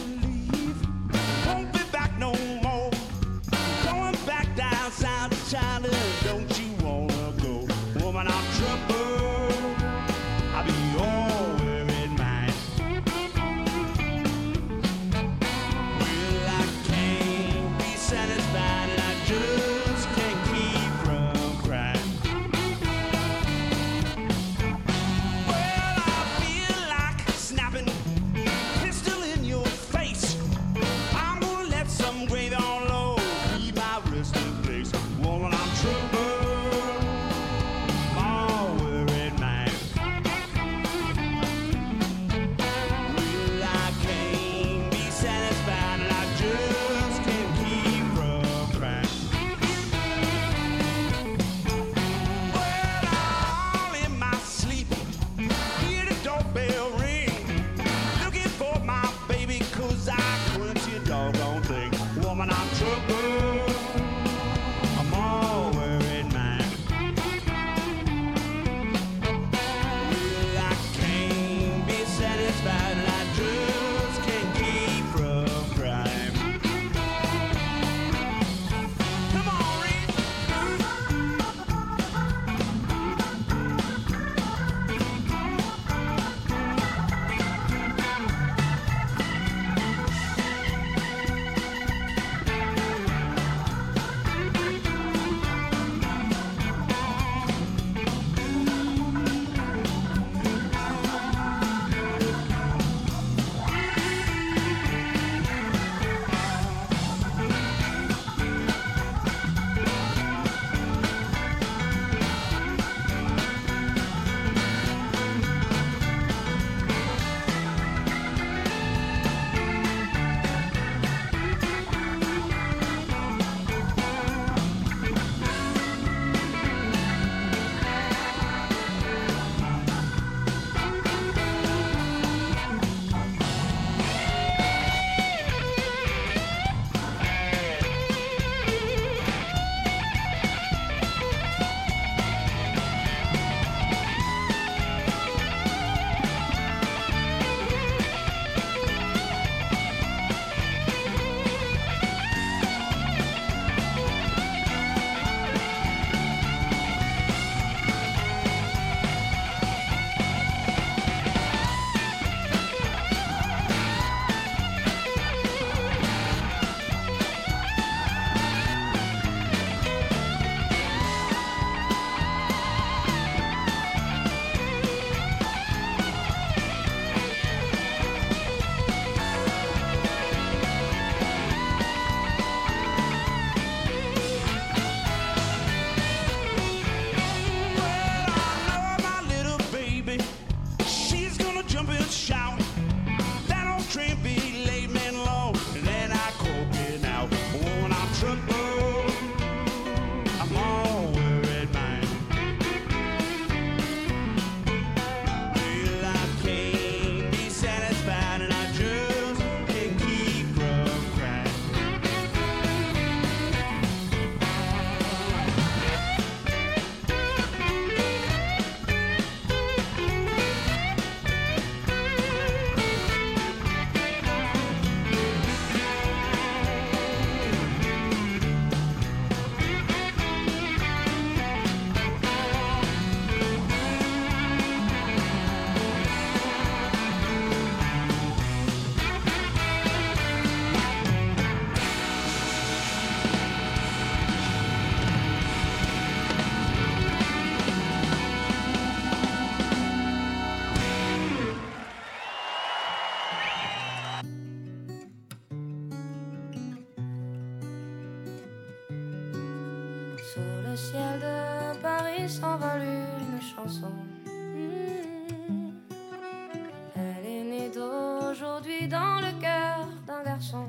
le ciel de Paris s'envole une chanson. Mmh. Elle est née d'aujourd'hui dans le cœur d'un garçon.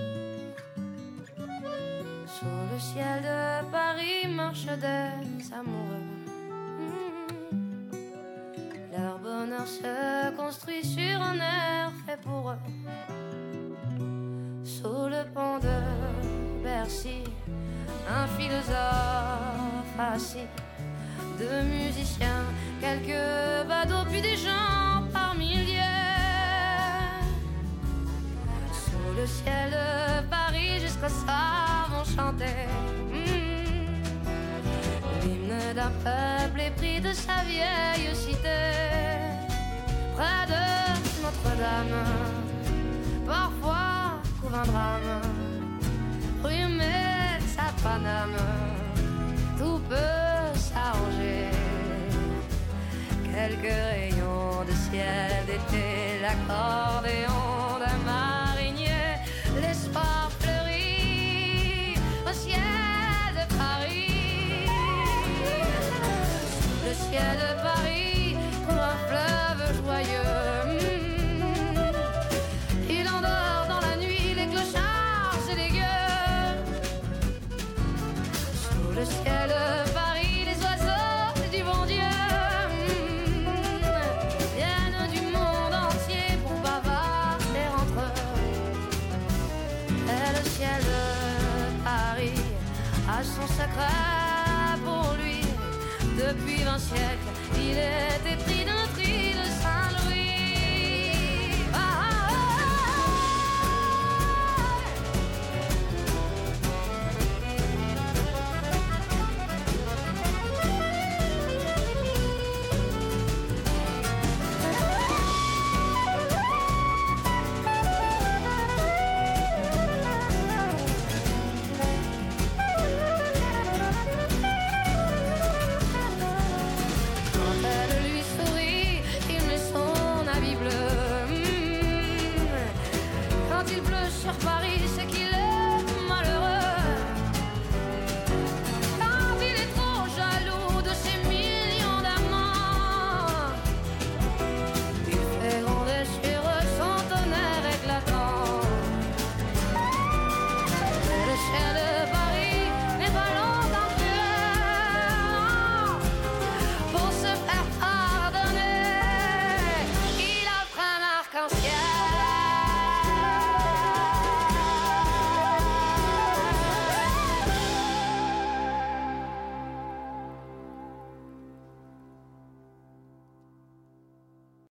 Sous le ciel de Paris marchent des amoureux. Mmh. Leur bonheur se construit sur un air fait pour eux. Sous le pont de Bercy, un philosophe assis, deux musiciens, quelques badauds, puis des gens par milliers. Sous le ciel de Paris, jusqu'au soir vont chanter mmh. l'hymne d'un peuple épris de sa vieille cité. Près de Notre-Dame, parfois couvre un drame, rue Metz à Paname, tout peut s'arranger. Quelques rayons de ciel d'été, l'accordéon d'un marinier, l'espoir fleurit au ciel de Paris. Sous le ciel de Paris coule un fleuve joyeux. Il endort dans la nuit les clochards et les gueux. Sous le ciel de Paris, les oiseaux du bon Dieu viennent du monde entier pour bavarder entre eux. Et le ciel de Paris a son secret pour lui. Depuis vingt siècles, il est épris d'un